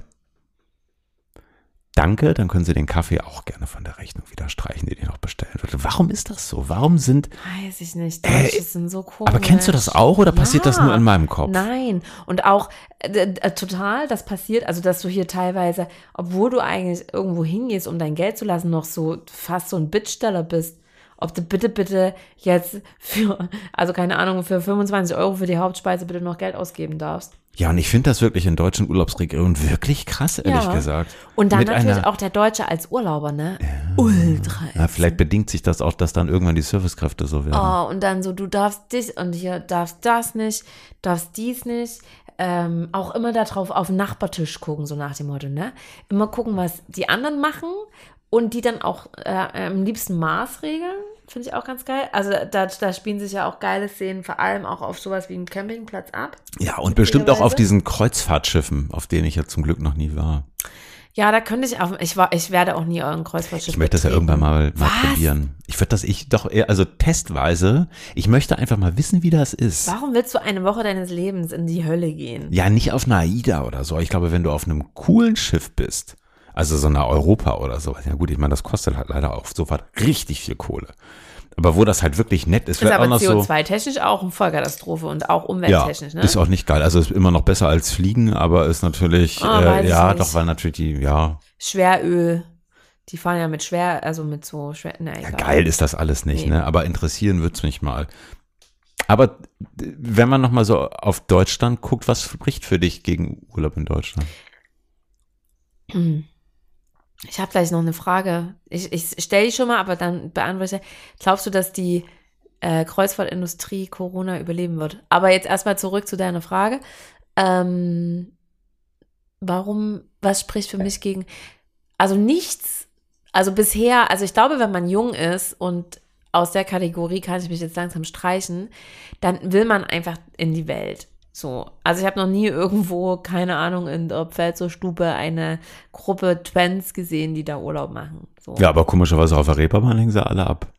Danke, dann können Sie den Kaffee auch gerne von der Rechnung wieder streichen, die ihr noch bestellen würdet. Warum ist das so? Warum sind, Weiß ich nicht, Deutsche Äh, sind so komisch. aber kennst du das auch oder passiert das Ja. nur in meinem Kopf? Nein, und auch äh, äh, total, das passiert, also dass du hier teilweise, obwohl du eigentlich irgendwo hingehst, um dein Geld zu lassen, noch so fast so ein Bittsteller bist, ob du bitte, bitte jetzt für, also keine Ahnung, für fünfundzwanzig Euro für die Hauptspeise bitte noch Geld ausgeben darfst. Ja, und ich finde das wirklich in deutschen Urlaubsregionen wirklich krass, ehrlich Ja. gesagt. Und dann Mit natürlich einer- auch der Deutsche als Urlauber, ne? Ultra. Ja, vielleicht bedingt sich das auch, dass dann irgendwann die Servicekräfte so werden. Oh, und dann so, du darfst dich und hier darfst das nicht, darfst dies nicht. Ähm, auch immer darauf auf den Nachbartisch gucken, so nach dem Motto, ne? Immer gucken, was die anderen machen und die dann auch äh, am liebsten maßregeln. Finde ich auch ganz geil. Also da, da spielen sich ja auch geile Szenen, vor allem auch auf sowas wie einem Campingplatz ab. Ja, und bestimmt auch auf Witzigerweise. diesen Kreuzfahrtschiffen, auf denen ich ja zum Glück noch nie war. Ja, da könnte ich auch, ich war, ich werde auch nie euren Kreuzfahrtschiff Ich möchte das ja betreten. irgendwann mal, mal Was? probieren. Ich würde das, ich doch eher, also testweise, ich möchte einfach mal wissen, wie das ist. Warum willst du eine Woche deines Lebens in die Hölle gehen? Ja, nicht auf einer AIDA oder so. Ich glaube, wenn du auf einem coolen Schiff bist, also so einer Europa oder sowas, ja gut, ich meine, das kostet halt leider auf so was richtig viel Kohle. Aber wo das halt wirklich nett ist, Ist vielleicht auch aber noch C O so. zwei technisch auch eine Vollkatastrophe und auch Ja, umwelttechnisch, ne? ist auch nicht geil. Also ist immer noch besser als Fliegen, aber ist natürlich, Ah, äh, weiß ich ja, nicht. doch, weil natürlich die, ja, Schweröl. Die fahren ja mit schwer, also mit so schwer, ne, ja, egal. geil ist das alles nicht, Nee. ne? Aber interessieren wird's mich mal. Aber d- wenn man nochmal so auf Deutschland guckt, was spricht für dich gegen Urlaub in Deutschland? Ich habe gleich noch eine Frage. Ich, ich stelle die schon mal, aber dann beantworte ich. Glaubst du, dass die äh, Kreuzfahrtindustrie Corona überleben wird. Aber jetzt erstmal zurück zu deiner Frage. Ähm, warum, was spricht für mich gegen, also nichts, also bisher, also ich glaube, wenn man jung ist und aus der Kategorie kann ich mich jetzt langsam streichen, dann will man einfach in die Welt. So, also ich habe noch nie irgendwo, keine Ahnung, in der Pfälzer Stube eine Gruppe Twents gesehen, die da Urlaub machen. So. Ja, aber komischerweise auf der Reeperbahn hängen sie alle ab.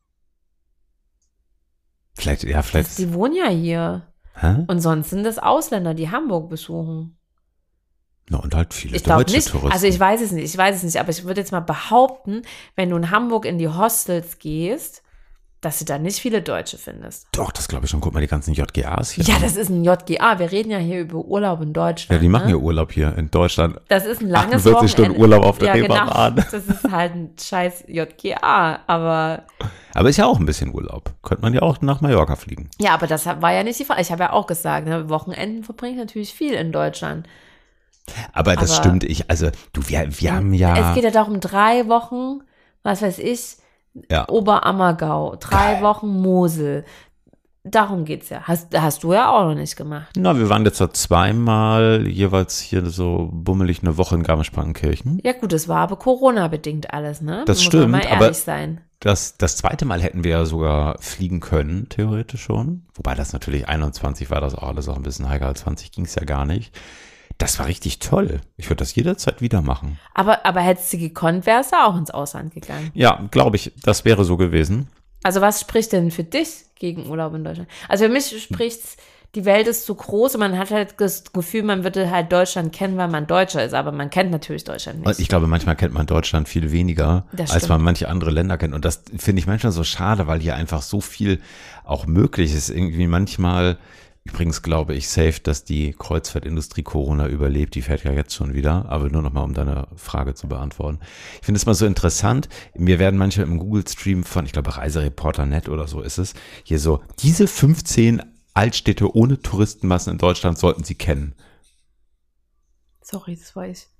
Vielleicht, ja, vielleicht. Das, die wohnen ja hier. Hä? Und sonst sind das Ausländer, die Hamburg besuchen. Na, und halt viele Ich glaube deutsche nicht, Touristen. also ich weiß es nicht, ich weiß es nicht, aber ich würde jetzt mal behaupten, wenn du in Hamburg in die Hostels gehst, dass du da nicht viele Deutsche findest. Doch, das glaube ich schon. Guck mal, die ganzen J G As hier. Ja, das ist ein J G A. Wir reden ja hier über Urlaub in Deutschland. Ja, die machen ne? ja Urlaub hier in Deutschland. Das ist ein langes achtundvierzig Stunden Wochenende. Urlaub auf der ja, Reeperbahn. Genau. Das ist halt ein scheiß J G A, aber Aber ist ja auch ein bisschen Urlaub. Könnte man ja auch nach Mallorca fliegen. ja, aber das war ja nicht die Frage. Ich habe ja auch gesagt, ne, Wochenenden verbringe ich natürlich viel in Deutschland. Aber das Aber- stimmt. Ich, also, du, wir, wir haben ja. Es geht ja darum, drei Wochen, was weiß ich, ja. Oberammergau, drei Geil. Wochen Mosel. Darum geht's ja. Hast, hast du ja auch noch nicht gemacht. Na, wir waren jetzt so zweimal jeweils hier so bummelig eine Woche in Garmisch-Partenkirchen. Ja gut, das war aber Corona-bedingt alles, ne? Das Muss stimmt, man mal aber- ehrlich sein. Das, das zweite Mal hätten wir ja sogar fliegen können, theoretisch schon. Wobei das natürlich einundzwanzig war, das auch alles auch ein bisschen heiker. Als zwanzig ging es ja gar nicht. Das war richtig toll. Ich würde das jederzeit wieder machen. Aber, aber hättest du gekonnt, wärst du auch ins Ausland gegangen. Ja, glaube ich, das wäre so gewesen. Also was spricht denn für dich gegen Urlaub in Deutschland? Also für mich spricht's, die Welt ist zu groß und man hat halt das Gefühl, man würde halt Deutschland kennen, weil man Deutscher ist, aber man kennt natürlich Deutschland Und nicht. ich glaube, manchmal kennt man Deutschland viel weniger, Das als stimmt. man manche andere Länder kennt. Und das finde ich manchmal so schade, weil hier einfach so viel auch möglich ist. Irgendwie manchmal, übrigens glaube ich safe, dass die Kreuzfahrtindustrie Corona überlebt. Die fährt ja jetzt schon wieder. Aber nur noch mal, um deine Frage zu beantworten. Ich finde es mal so interessant. Mir werden manche im Google-Stream von, ich glaube, Reisereporter Punkt net oder so ist es, hier so, diese fünfzehn Altstädte ohne Touristenmassen in Deutschland sollten Sie kennen. Sorry, das war ich.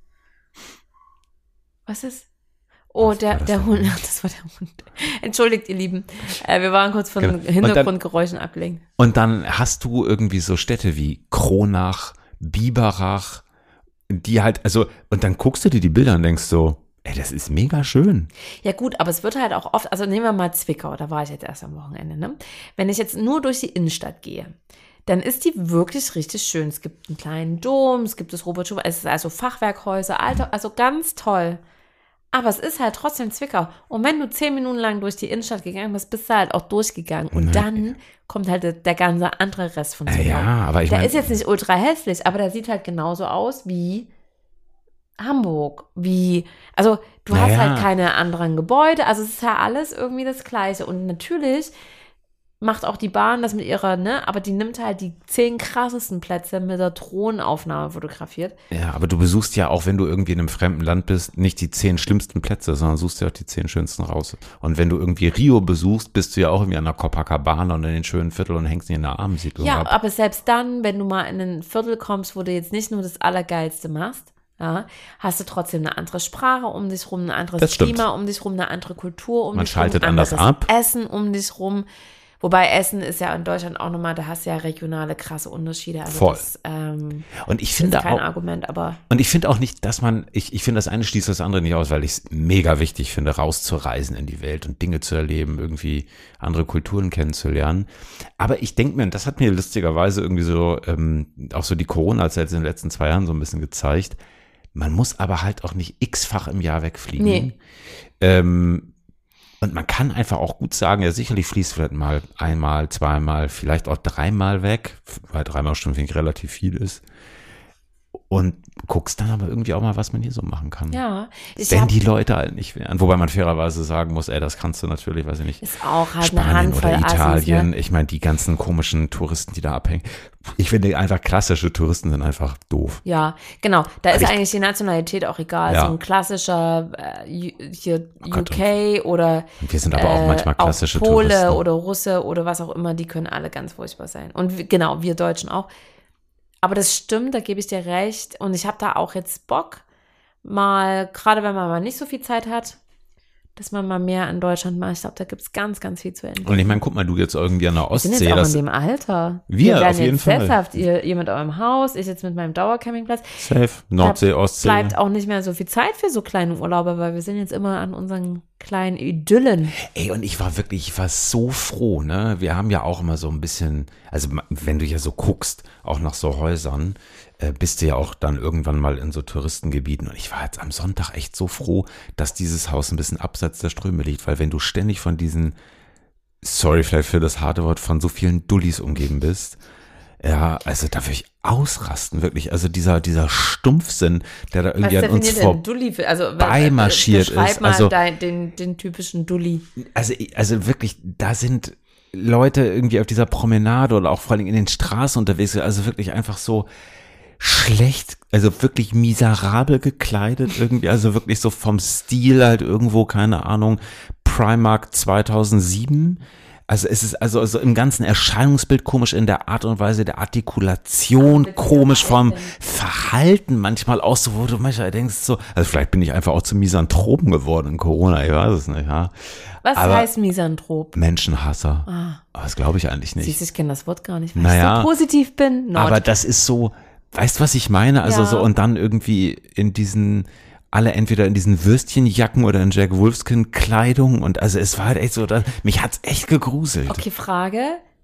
Was ist? Oh, Was der, war das der denn? Hund. Das war der Hund. Entschuldigt, ihr Lieben. Äh, wir waren kurz von Genau. Und dann- Hintergrundgeräuschen abgelenkt. Und dann hast du irgendwie so Städte wie Kronach, Biberach, die halt, also, und dann guckst du dir die Bilder und denkst so, ey, das ist mega schön. Ja gut, aber es wird halt auch oft, also nehmen wir mal Zwickau, da war ich jetzt erst am Wochenende, ne? Wenn ich jetzt nur durch die Innenstadt gehe, dann ist die wirklich richtig schön. Es gibt einen kleinen Dom, es gibt das Robert Schumann, es ist also Fachwerkhäuser, Alter, also ganz toll. Aber es ist halt trotzdem Zwickau. Und wenn du zehn Minuten lang durch die Innenstadt gegangen bist, bist du halt auch durchgegangen. Und Nee. dann kommt halt der, der ganze andere Rest von Äh, Zwickau. ja, aber ich Der meine, ist jetzt nicht ultra hässlich, aber der sieht halt genauso aus wie Hamburg. Wie, also du hast Naja. halt keine anderen Gebäude, also es ist ja alles irgendwie das Gleiche. Und natürlich macht auch die Bahn das mit ihrer, ne, aber die nimmt halt die zehn krassesten Plätze mit der Drohnenaufnahme fotografiert. ja, aber du besuchst ja auch, wenn du irgendwie in einem fremden Land bist, nicht die zehn schlimmsten Plätze, sondern suchst dir auch die zehn schönsten raus. Und wenn du irgendwie Rio besuchst, bist du ja auch irgendwie an der Copacabana und in den schönen Vierteln und hängst dir in der Armensiedlung Ja, ab. aber selbst dann, wenn du mal in ein Viertel kommst, wo du jetzt nicht nur das Allergeilste machst, ja, hast du trotzdem eine andere Sprache um dich rum, ein anderes Das stimmt. Klima um dich rum, eine andere Kultur um Man dich schaltet rum, anders anderes ab. Essen um dich rum. Wobei Essen ist ja in Deutschland auch nochmal, da hast du ja regionale krasse Unterschiede. Also Voll. das ähm, Und ich ist finde kein auch, Argument, aber und ich finde auch nicht, dass man, ich, ich finde das eine schließt das andere nicht aus, weil ich es mega wichtig finde, rauszureisen in die Welt und Dinge zu erleben, irgendwie andere Kulturen kennenzulernen. Aber ich denke mir, und das hat mir lustigerweise irgendwie so, ähm, auch so die Corona-Zeit in den letzten zwei Jahren so ein bisschen gezeigt, man muss aber halt auch nicht x-fach im Jahr wegfliegen. Nee. Ähm, und man kann einfach auch gut sagen, ja sicherlich fließt vielleicht mal einmal, zweimal, vielleicht auch dreimal weg, weil dreimal Stunden finde ich relativ viel ist. Und guckst dann aber irgendwie auch mal, was man hier so machen kann. ja, ich Wenn hab, die Leute halt nicht wären. Wobei man fairerweise sagen muss, ey, das kannst du natürlich, weiß ich nicht, ist auch halt eine Spanien Handvoll oder Assis, Italien. ne? Ich meine, die ganzen komischen Touristen, die da abhängen. Ich finde einfach, klassische Touristen sind einfach doof. Ja, genau. Da ist ich- eigentlich die Nationalität auch egal. Ja. So ein klassischer äh, U- hier Oh Gott, U K oder Und wir sind aber auch manchmal auch klassische Pole Touristen. oder Russe oder was auch immer, die können alle ganz furchtbar sein. Und wir, genau, wir Deutschen auch. Aber das stimmt, da gebe ich dir recht. Und ich habe da auch jetzt Bock, mal, gerade wenn man mal nicht so viel Zeit hat, dass man mal mehr in Deutschland macht. Ich glaube, da gibt es ganz, ganz viel zu entdecken. Und ich meine, guck mal, du jetzt irgendwie an der Ostsee. Wir sind jetzt auch das in dem Alter. Wir, werden auf jeden jetzt Fall. sesshaft. Ihr, ihr mit eurem Haus, ich jetzt mit meinem Dauercampingplatz. Safe, Nordsee, Ostsee. Bleibt auch nicht mehr so viel Zeit für so kleine Urlaube, weil wir sind jetzt immer an unseren kleinen Idyllen. Ey, und ich war wirklich, ich war so froh, ne? Wir haben ja auch immer so ein bisschen, also wenn du ja so guckst, auch nach so Häusern, äh, bist du ja auch dann irgendwann mal in so Touristengebieten. Und ich war jetzt am Sonntag echt so froh, dass dieses Haus ein bisschen abseits der Ströme liegt, weil wenn du ständig von diesen, sorry vielleicht für das harte Wort, von so vielen Dullis umgeben bist, ja, also da würde ich ausrasten, wirklich. Also dieser, dieser Stumpfsinn, der da irgendwie Was an uns definiert denn Dulli für, also vorbeimarschiert beschreib ist. mal Also dein, den, den typischen Dulli. Also, also wirklich, da sind Leute irgendwie auf dieser Promenade oder auch vor allem in den Straßen unterwegs, also wirklich einfach so schlecht, also wirklich miserabel gekleidet irgendwie, also wirklich so vom Stil halt irgendwo, keine Ahnung, Primark zweitausendsieben. Also es ist also, also im ganzen Erscheinungsbild komisch, in der Art und Weise der Artikulation Ach, komisch, vom Verhalten. Verhalten manchmal auch so, wo du manchmal denkst so, also vielleicht bin ich einfach auch zum Misanthropen geworden in Corona, ich weiß es nicht, ja. Was Aber heißt Misanthrop? Menschenhasser. Ah. Aber das glaube ich eigentlich nicht. Siehst du, ich kenne das Wort gar nicht, weil Naja, ich so positiv bin. Not. Aber das ist so, weißt du, was ich meine? Also Ja. so, und dann irgendwie in diesen, alle entweder in diesen Würstchenjacken oder in Jack Wolfskin Kleidung und also es war halt echt so, da, mich hat's echt gegruselt. Okay, Frage.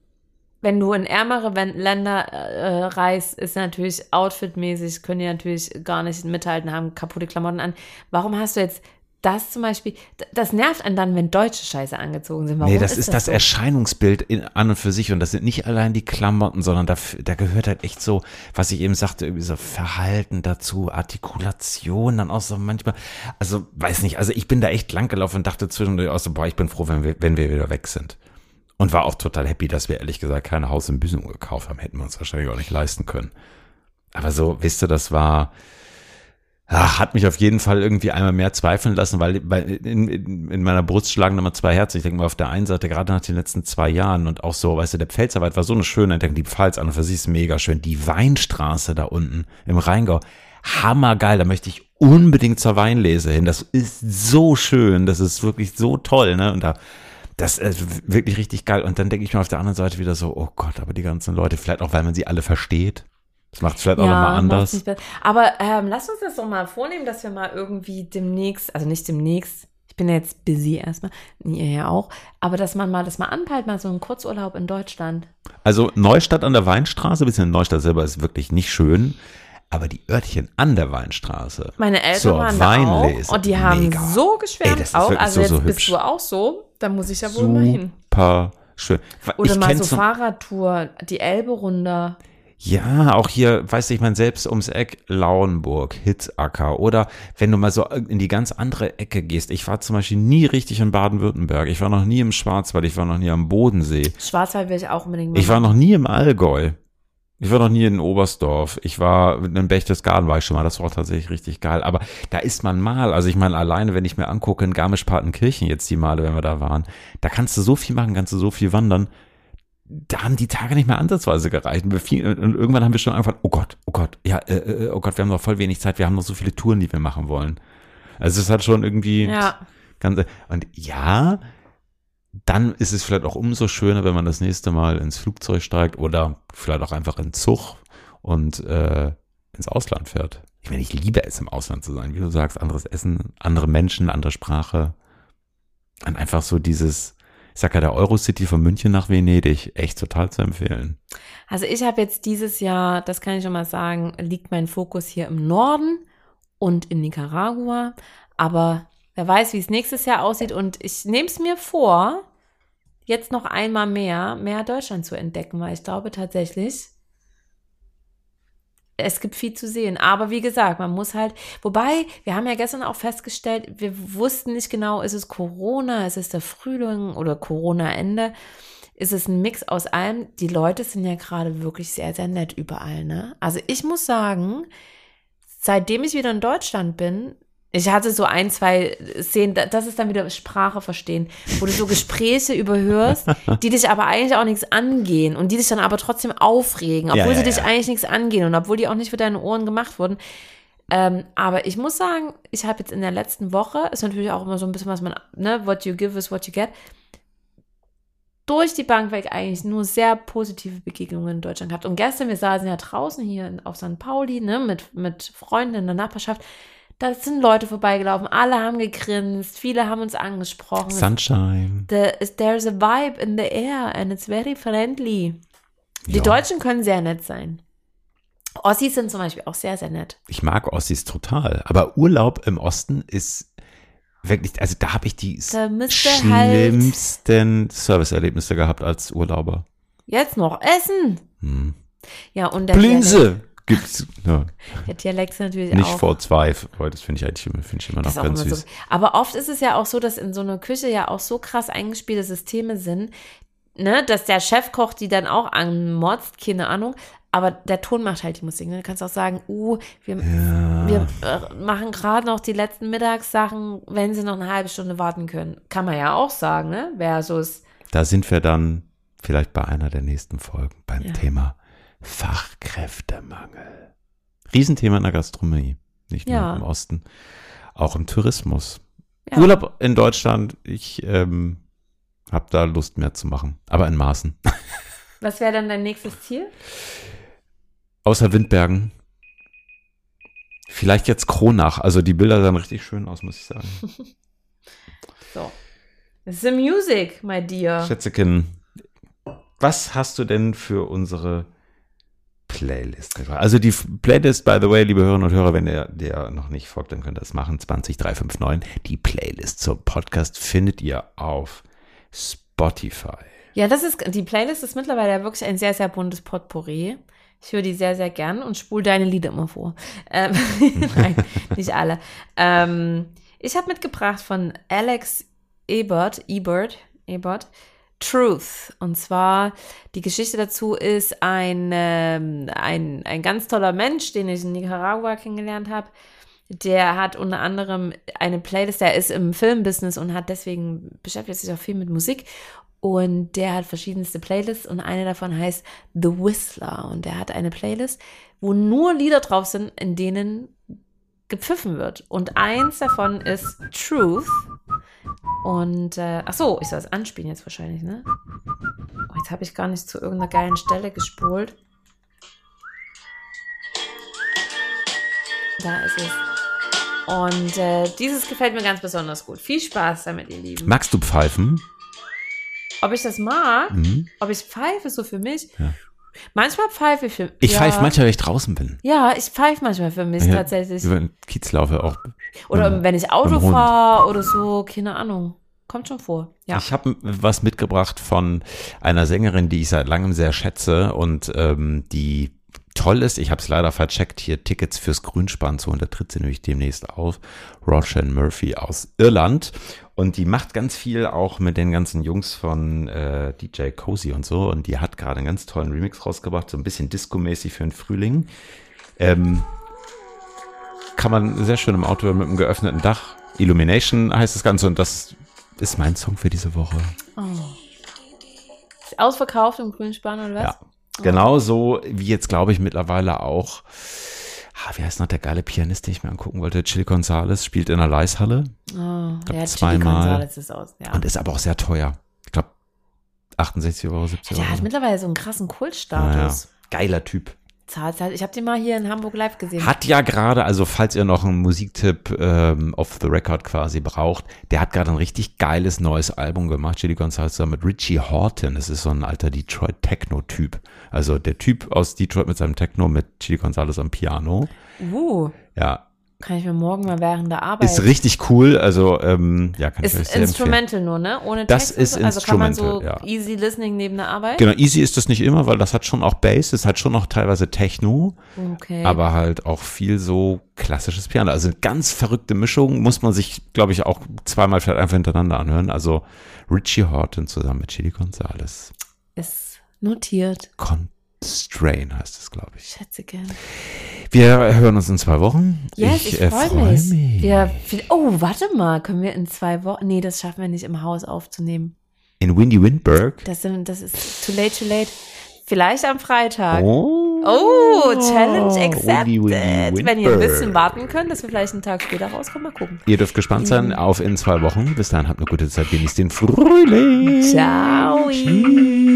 Wenn du in ärmere Wen- Länder äh, reist, ist natürlich outfitmäßig, können die natürlich gar nicht mithalten, haben kaputte Klamotten an. Warum hast du jetzt das zum Beispiel, d- das nervt einen dann, wenn deutsche Scheiße angezogen sind. Warum Nee, das ist das so? Erscheinungsbild in, an und für sich und das sind nicht allein die Klamotten, sondern da, da gehört halt echt so, was ich eben sagte, irgendwie so Verhalten dazu, Artikulation, dann auch so manchmal, also weiß nicht, also ich bin da echt lang gelaufen und dachte zwischendurch auch so, boah, ich bin froh, wenn wir, wenn wir wieder weg sind. Und war auch total happy, dass wir ehrlich gesagt kein Haus in Büsum gekauft haben, hätten wir uns wahrscheinlich auch nicht leisten können. Aber so, wisst ihr, das war, ach, hat mich auf jeden Fall irgendwie einmal mehr zweifeln lassen, weil bei, in, in, in meiner Brust schlagen immer zwei Herzen. Ich denke mal auf der einen Seite, gerade nach den letzten zwei Jahren und auch so, weißt du, der Pfälzerwald war so eine schöne Entdeckung, die Pfalz an und für sich ist mega schön. Die Weinstraße da unten im Rheingau, hammergeil, da möchte ich unbedingt zur Weinlese hin. Das ist so schön, das ist wirklich so toll, ne? Und da, das ist wirklich richtig geil. Und dann denke ich mir auf der anderen Seite wieder so, oh Gott, aber die ganzen Leute, vielleicht auch, weil man sie alle versteht. Das macht es vielleicht auch nochmal macht's anders. nicht besser. Aber ähm, lass uns das doch mal vornehmen, dass wir mal irgendwie demnächst, also nicht demnächst, ich bin ja jetzt busy erstmal, ihr ja auch, aber dass man mal das mal anpeilt, mal so einen Kurzurlaub in Deutschland. Also Neustadt an der Weinstraße, bisschen Neustadt selber ist wirklich nicht schön, aber die Örtchen an der Weinstraße. Meine Eltern zur waren da Weinlese, auch und die haben mega. so geschwärmt Ey, das ist auch. wirklich Also so, jetzt so bist hübsch. du auch so, da muss ich ja wohl mal hin. Super schön. Oder ich mal kenn so zum- Fahrradtour, die Elbe runter. Ja, auch hier, weißt du, ich meine, selbst ums Eck Lauenburg, Hitzacker oder wenn du mal so in die ganz andere Ecke gehst. Ich war zum Beispiel nie richtig in Baden-Württemberg. Ich war noch nie im Schwarzwald, ich war noch nie am Bodensee. Schwarzwald will ich auch unbedingt mal Ich war machen. noch nie im Allgäu. Ich war noch nie in Oberstdorf. Ich war in Berchtesgaden war ich schon mal. Das war tatsächlich richtig geil. Aber da ist man mal, also ich meine, alleine, wenn ich mir angucke, in Garmisch-Partenkirchen jetzt die Male, wenn wir da waren, da kannst du so viel machen, kannst du so viel wandern. Da haben die Tage nicht mehr ansatzweise gereicht. Und, wir viel, und irgendwann haben wir schon angefangen, oh Gott, oh Gott, ja, äh, äh, oh Gott, wir haben noch voll wenig Zeit, wir haben noch so viele Touren, die wir machen wollen. Also es hat schon irgendwie Ja. ganz, und ja, dann ist es vielleicht auch umso schöner, wenn man das nächste Mal ins Flugzeug steigt oder vielleicht auch einfach in den Zug und äh, ins Ausland fährt. Ich meine, ich liebe es, im Ausland zu sein, wie du sagst, anderes Essen, andere Menschen, andere Sprache. Und einfach so dieses, ich sag ja, der Eurocity von München nach Venedig, echt total zu empfehlen. Also ich habe jetzt dieses Jahr, das kann ich schon mal sagen, liegt mein Fokus hier im Norden und in Nicaragua. Aber wer weiß, wie es nächstes Jahr aussieht. Und ich nehme es mir vor, jetzt noch einmal mehr, mehr Deutschland zu entdecken, weil ich glaube tatsächlich, es gibt viel zu sehen. Aber wie gesagt, man muss halt, wobei, wir haben ja gestern auch festgestellt, wir wussten nicht genau, ist es Corona, ist es der Frühling oder Corona-Ende, ist es ein Mix aus allem. Die Leute sind ja gerade wirklich sehr, sehr nett überall, ne? Also ich muss sagen, seitdem ich wieder in Deutschland bin, ich hatte so ein, zwei Szenen, das ist dann wieder Sprache verstehen, wo du so Gespräche überhörst, die dich aber eigentlich auch nichts angehen und die dich dann aber trotzdem aufregen, obwohl Ja, ja, sie dich ja. eigentlich nichts angehen und obwohl die auch nicht für deine Ohren gemacht wurden. Ähm, aber ich muss sagen, ich habe jetzt in der letzten Woche, ist natürlich auch immer so ein bisschen, was man, ne, what you give is what you get, durch die Bank weg eigentlich nur sehr positive Begegnungen in Deutschland gehabt. Und gestern, wir saßen ja draußen hier in, auf Sankt Pauli, ne, mit, mit Freunden in der Nachbarschaft. Da sind Leute vorbeigelaufen, alle haben gegrinst, viele haben uns angesprochen. Sunshine. The, there's a vibe in the air and it's very friendly. Die Ja. Deutschen können sehr nett sein. Ossis sind zum Beispiel auch sehr, sehr nett. Ich mag Ossis total, aber Urlaub im Osten ist wirklich, also da habe ich die Da müsste halt schlimmsten Serviceerlebnisse gehabt als Urlauber. jetzt noch essen. Hm. Ja, und der Blinze gibt's ja, Dialekt, der Dialekt ist natürlich nicht auch. vor zwei, weil das finde ich eigentlich immer, finde ich immer noch Das ist auch ganz immer süß. so. Aber oft ist es ja auch so, dass in so einer Küche ja auch so krass eingespielte Systeme sind, ne, dass der Chefkoch die dann auch anmotzt, keine Ahnung. Aber der Ton macht halt die Musik. Ne? Du kannst auch sagen, uh, wir, Ja. wir äh, machen gerade noch die letzten Mittagssachen, wenn sie noch eine halbe Stunde warten können. Kann man ja auch sagen, ne? Versus. Da sind wir dann vielleicht bei einer der nächsten Folgen beim Ja. Thema Fachkräftemangel. Riesenthema in der Gastronomie, nicht nur Ja. im Osten, auch im Tourismus. Ja. Urlaub in Deutschland, ich ähm, habe da Lust mehr zu machen, aber in Maßen. Was wäre dann dein nächstes Ziel? Außer Windbergen. Vielleicht jetzt Kronach. Also die Bilder sahen richtig schön aus, muss ich sagen. So. The music, my dear. Schätzekin, was hast du denn für unsere Playlist gebracht? Also die Playlist, by the way, liebe Hörerinnen und Hörer, wenn ihr der noch nicht folgt, dann könnt ihr das machen. zwanzig drei fünf neun. Die Playlist zum Podcast findet ihr auf Spotify. Ja, das ist, die Playlist ist mittlerweile wirklich ein sehr, sehr buntes Potpourri. Ich höre die sehr, sehr gern und spule deine Lieder immer vor. Ähm, Nein, nicht alle. Ähm, ich habe mitgebracht von Alex Ebert, Ebert, Ebert, Truth. Und zwar, die Geschichte dazu ist ein, ähm, ein, ein ganz toller Mensch, den ich in Nicaragua kennengelernt habe. Der hat unter anderem eine Playlist, der ist im Filmbusiness und hat deswegen beschäftigt sich auch viel mit Musik. Und der hat verschiedenste Playlists und eine davon heißt The Whistler. Und der hat eine Playlist, wo nur Lieder drauf sind, in denen gepfiffen wird. Und eins davon ist Truth. Und, äh, ach so, ich soll es anspielen jetzt wahrscheinlich, ne? Oh, jetzt habe ich gar nicht zu irgendeiner geilen Stelle gespult. Da ist es. Und äh, dieses gefällt mir ganz besonders gut. Viel Spaß damit, ihr Lieben. Magst du pfeifen? Ob ich das mag? Mhm. Ob ich pfeife, so für mich? Ja. Manchmal pfeife ich für Ich ja. pfeife manchmal, wenn ich draußen bin. Ja, ich pfeife manchmal für mich Ja, tatsächlich. Über den Kiez laufe auch. Oder mit- wenn ich Auto mit dem Hund. fahre oder so, keine Ahnung. Kommt schon vor. Ja. Ich habe was mitgebracht von einer Sängerin, die ich seit langem sehr schätze und ähm, die toll ist. Ich habe es leider vercheckt, hier Tickets fürs Grünspan zu holen. Da tritt sie nämlich demnächst auf. Roisin Murphy aus Irland. Und die macht ganz viel auch mit den ganzen Jungs von äh, D J Cozy und so. Und die hat gerade einen ganz tollen Remix rausgebracht, so ein bisschen Disco-mäßig für den Frühling. Ähm, kann man sehr schön im Auto mit einem geöffneten Dach. Illumination heißt das Ganze und das ist mein Song für diese Woche. Oh. Ist ausverkauft im Grünspan oder was? Ja, genauso wie jetzt, glaube ich, mittlerweile auch, ah, wie heißt noch der geile Pianist, den ich mir angucken wollte? Chili Gonzalez spielt in der Leishalle Oh, glaub, ja, zweimal. González ist aus. Ja. und ist aber auch sehr teuer. Ich glaube, achtundsechzig Euro, siebzig Der Euro. hat mittlerweile so einen krassen Ja, ja. Kultstatus. Geiler Typ. Zahlt, zahlt. Ich habe den mal hier in Hamburg live gesehen. Hat ja gerade, also falls ihr noch einen Musiktipp ähm, off the record quasi braucht, der hat gerade ein richtig geiles neues Album gemacht, Chili Gonzalez zusammen mit Richie Horton. Das ist so ein alter Detroit-Techno-Typ. Also der Typ aus Detroit mit seinem Techno mit Chili Gonzalez am Piano. Uh, Ja, kann ich mir morgen mal während der Arbeit. ist richtig cool. Also, ähm, ja, kann ich euch Ist sehr empfehlen. Instrumental nur, ne? Ohne Das Text und ist so? Also kann man so Instrumental, ja. easy listening neben der Arbeit? Genau, easy ist das nicht immer, weil das hat schon auch Bass, das hat schon noch teilweise Techno, Okay. aber halt auch viel so klassisches Piano. Also eine ganz verrückte Mischung, muss man sich, glaube ich, auch zweimal vielleicht einfach hintereinander anhören. Also Richie Horton zusammen mit Chili Gonzalez. Ist notiert. Constrain heißt es, glaube ich. Schätze gern. Wir hören uns in zwei Wochen. Yes, ich, äh, freue freu mich. mich. Wir, viel- oh, warte mal. Können wir in zwei Wochen? Nee, das schaffen wir nicht im Haus aufzunehmen. In Windy Windberg. Das, sind, das ist too late, too late. Vielleicht am Freitag. Oh. Oh, Challenge accepted. Willy, Willy Wenn ihr ein Windberg. bisschen warten könnt, dass wir vielleicht einen Tag später rauskommen, mal gucken. Ihr dürft gespannt sein auf in zwei Wochen. Bis dahin habt eine gute Zeit. Genießt den Frühling. Ciao. Tschüss.